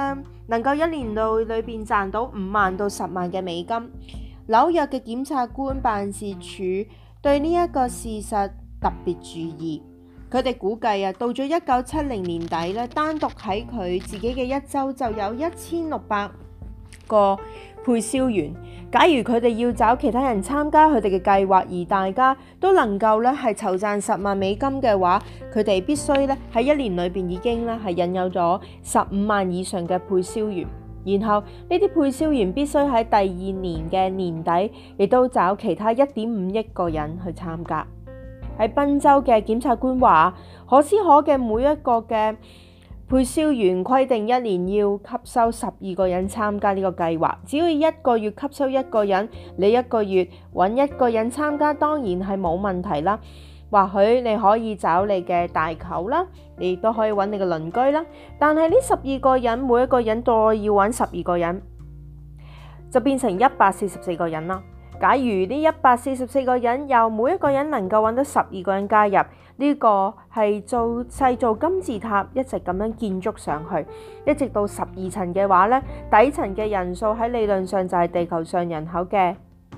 能夠一年裏邊賺到5萬到10萬嘅美金。紐約嘅檢察官辦事處對呢一個事實特別注意，佢哋估計到咗1970年底咧，單獨喺佢自己嘅一州就有1600個配銷員。假如佢哋要找其他人參加佢哋嘅計劃，而大家都能夠咧係籌賺10萬美金嘅話，佢哋必須咧喺一年裏邊已經咧係引誘咗15萬以上嘅配銷員。然後呢啲配銷員必須喺第2年嘅年底，亦都找其他1.5億個人去參加。喺賓州嘅檢察官話，可斯可嘅每一個嘅配銷員規定一年要吸收12個人參加呢個計劃。只要1個月吸收1個人，你1個月揾1個人參加，當然係冇問題啦。或許你可以找你嘅大舅啦，你亦都可以揾你嘅鄰居啦。但係呢12個人，每一個人都要揾12個人，就變成144個人啦。假如呢144個人由每一個人能夠揾到12個人加入，呢個係製造金字塔一直咁樣建築上去，一直到12層嘅話呢，底層嘅人數喺理論上就係地球上人口嘅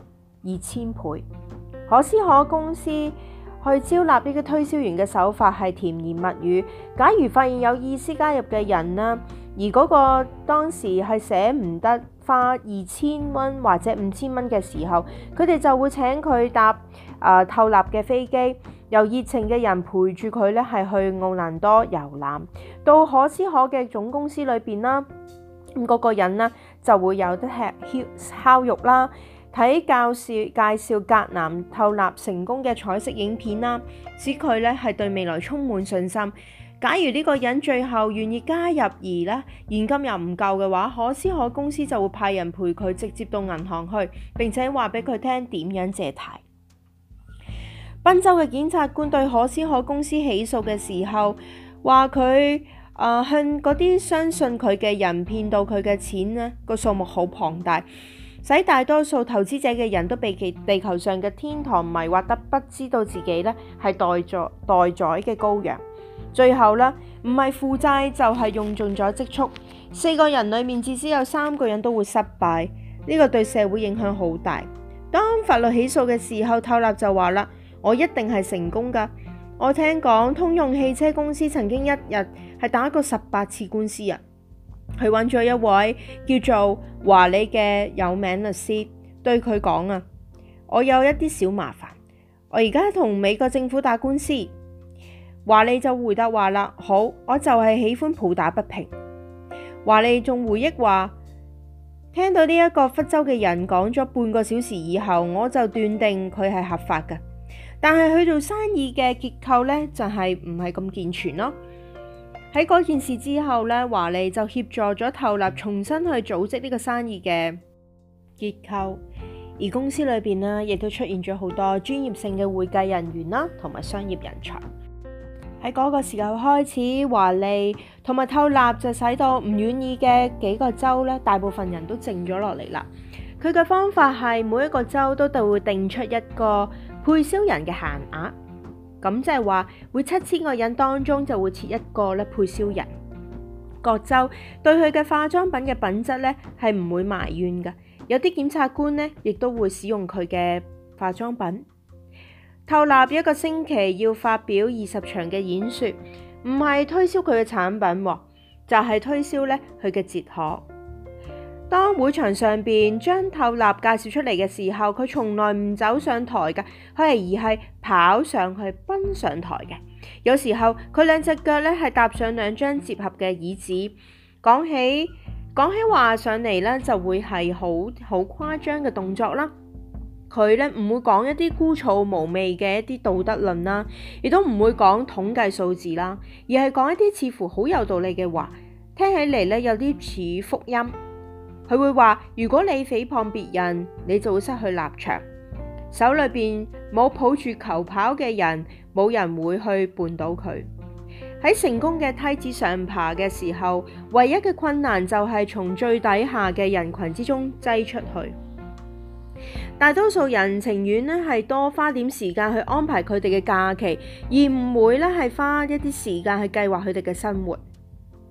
2000倍。可斯可公司去招納呢個推銷員嘅手法係甜言蜜語。假如發現有意思加入嘅人啦，而嗰個當時係捨唔得花2000蚊或者5000蚊嘅時候，佢哋就會請佢搭透納嘅飛機，由熱情嘅人陪住佢咧係去奧蘭多遊覽，到可斯可嘅總公司裏邊啦。咁嗰個人呢就會有得吃烤肉啦，睇介紹格南透納成功嘅彩色影片啦，使佢咧係對未來充滿信心。假如呢個人最後願意加入而咧現金又唔夠嘅話，可斯可公司就會派人陪佢直接到銀行去，並且話俾佢聽點樣借貸。賓州嘅檢察官對可斯可公司起訴嘅時候，話佢向嗰啲相信佢嘅人騙到佢嘅錢呢個數目好龐大，使大多數投資者嘅人都被地球上嘅天堂迷惑得不知道自己呢係待宰嘅羔羊。最後呢，唔係負債就係用盡咗積蓄。4個人裏面至少有3個人都會失敗，呢個對社會影響好大。當法律起訴嘅時候，透納就話啦：我一定係成功㗎。我聽講通用汽車公司曾經一日係打過18次官司啊。佢揾咗一位叫做華理嘅有名律師，對佢講啊：我有一啲小麻煩，我而家同美國政府打官司。華理就回答話啦：好，我就係喜歡抱打不平。華理仲回憶話：聽到呢一個福州嘅人講咗半個小時以後，我就斷定佢係合法㗎。但係佢做生意嘅結構呢，就係唔係咁健全咯。喺嗰件事之後呢，華理就協助咗透納重新去組織呢個生意嘅結構，而公司裏邊呢，亦都出現咗好多專業性嘅會計人員啦，同埋商業人才。喺嗰個時候開始，華利同埋透納就使到唔願意嘅幾個州咧，大部分人都靜咗落嚟啦。佢嘅方法係每一個州都會定出一個配銷人嘅限額，咁即係話每7000個人當中就會設一個咧配銷人。各州對佢嘅化妝品嘅品質咧係唔會埋怨㗎，有啲檢察官咧亦都會使用佢嘅化妝品。透納一個星期要發表20場嘅演說，唔係推銷佢嘅產品，就係推銷咧佢嘅哲學。當會場上邊將透納介紹出嚟嘅時候，佢從來唔走上台㗎，而係跑上去奔上台嘅。有時候佢兩隻腳咧係搭上2張接合嘅椅子，講起話上嚟咧就會係好誇張嘅動作啦。佢咧唔會講一啲枯燥無味嘅一啲道德論啦，亦都唔會講統計數字啦，而係講一啲似乎好有道理嘅話，聽起嚟咧有啲似福音。佢會話：如果你誹謗別人，你就會失去立場。手裏邊冇抱住球跑嘅人，冇人會去絆倒佢。喺成功嘅梯子上爬嘅時候，唯一嘅困難就係從最底下嘅人群之中擠出去。大多數人情願咧係多花點時間去安排佢哋嘅假期，而唔會咧係花一啲時間去計劃佢哋嘅生活。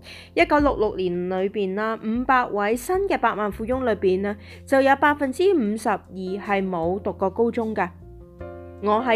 1966年裏邊啦，500位新嘅百萬富翁裏邊呢，就有52%係冇讀過高中㗎。我喺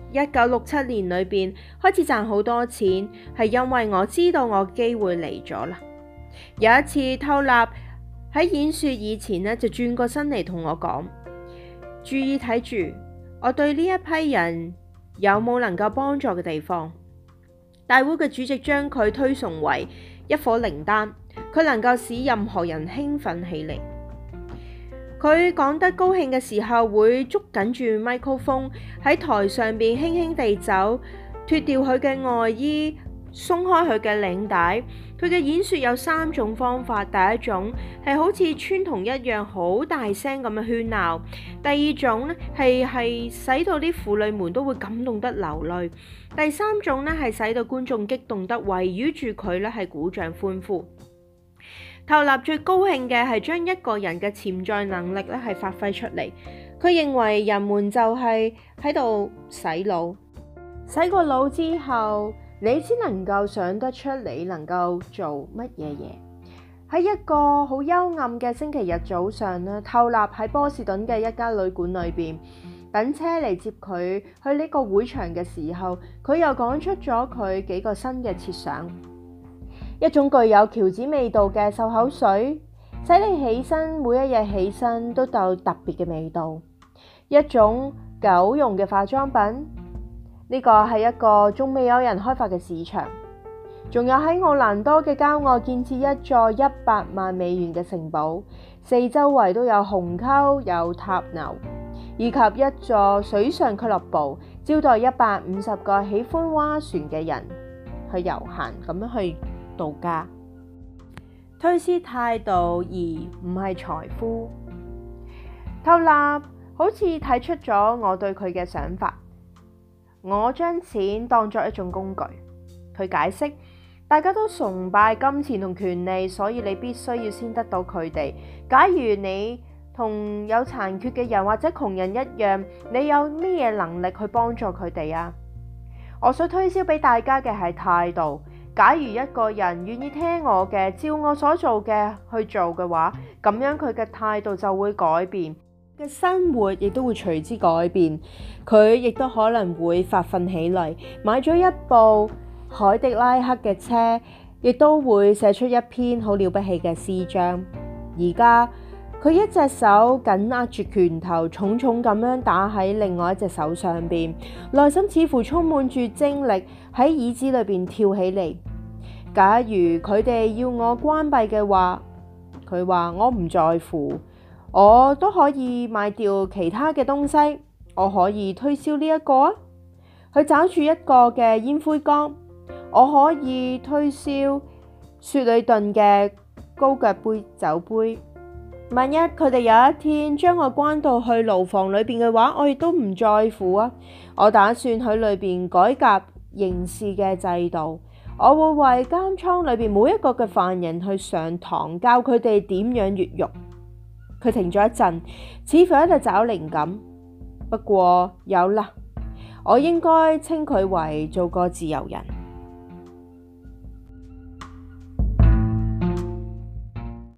1967年裏邊開始賺好多錢，係因為我知道我機會嚟咗啦。有一次，偷納喺演說以前呢，就轉過身嚟同我講：注意睇住，我對呢一批人有冇能夠幫助嘅地方。大會嘅主席將佢推崇為一顆靈丹，佢能夠使任何人興奮起嚟。佢講得高興嘅時候，會捉緊住麥克風喺台上邊輕輕地走，脫掉佢嘅外衣，鬆開佢嘅領帶。佢嘅演說有3種方法，第一種係好似川童一樣好大聲咁樣喧鬧，第二種呢係使到啲婦女們都會感動得流淚，第三種呢係使到觀眾激動得圍繞住佢呢係鼓掌歡呼。偷納最高興嘅係將一個人嘅潛在能力呢係發揮出嚟。佢認為人們就係喺度洗腦，洗過腦之後，你只能夠想得出你能夠做乜嘢嘢。喺一個好幽暗嘅星期日早上呢，偷納喺波士頓嘅一家旅館裏邊等車嚟接佢去呢個會場嘅時候，佢又講出咗佢幾個新嘅設想。一種具有喬子味道嘅漱口水，使你起身每一日起身都有特別嘅味道。一種狗用嘅化妝品，呢個係一個仲未有人開發嘅市場。仲有喺奧蘭多嘅郊外建設一座100萬美元嘅城堡，四周圍都有鴻溝、有塔樓，以及一座水上俱樂部，招待150個喜歡划船嘅人去遊行咁樣去度假。推銷態度而唔係財富。偷納好似睇出咗我對佢嘅想法。我將錢當作一種工具。佢解釋，大家都崇拜金錢同權利，所以你必須要先得到佢哋。假如你同有殘缺嘅人或者窮人一樣，你有咩能力去幫助佢哋啊？我想推銷俾大家嘅係態度。假如一個人願意聽我嘅，照我所做嘅去做嘅話，咁樣佢嘅態度就會改變，嘅生活亦都會隨之改變。佢亦都可能會發奮起嚟，買咗一部凱迪拉克嘅車，亦都會寫出一篇好了不起嘅詩章。而家佢一隻手緊握住拳頭，重重咁樣打喺另外一隻手上邊，內心似乎充滿住精力，喺椅子裏邊跳起嚟。假如佢哋要我關閉嘅話，佢話我唔在乎，我都可以賣掉其他嘅東西，我可以推銷呢一個啊。佢找住一個嘅煙灰缸，我可以推銷雪里頓嘅高腳杯酒杯。萬一佢哋有一天將我關到去牢房裏邊嘅話，我亦都唔在乎啊！我打算喺裏邊改革刑事嘅制度，我會為監倉裏邊每一個嘅犯人去上堂，教佢哋點樣越獄。佢停咗一陣，似乎喺度找靈感。不過有啦，我應該稱佢為做個自由人。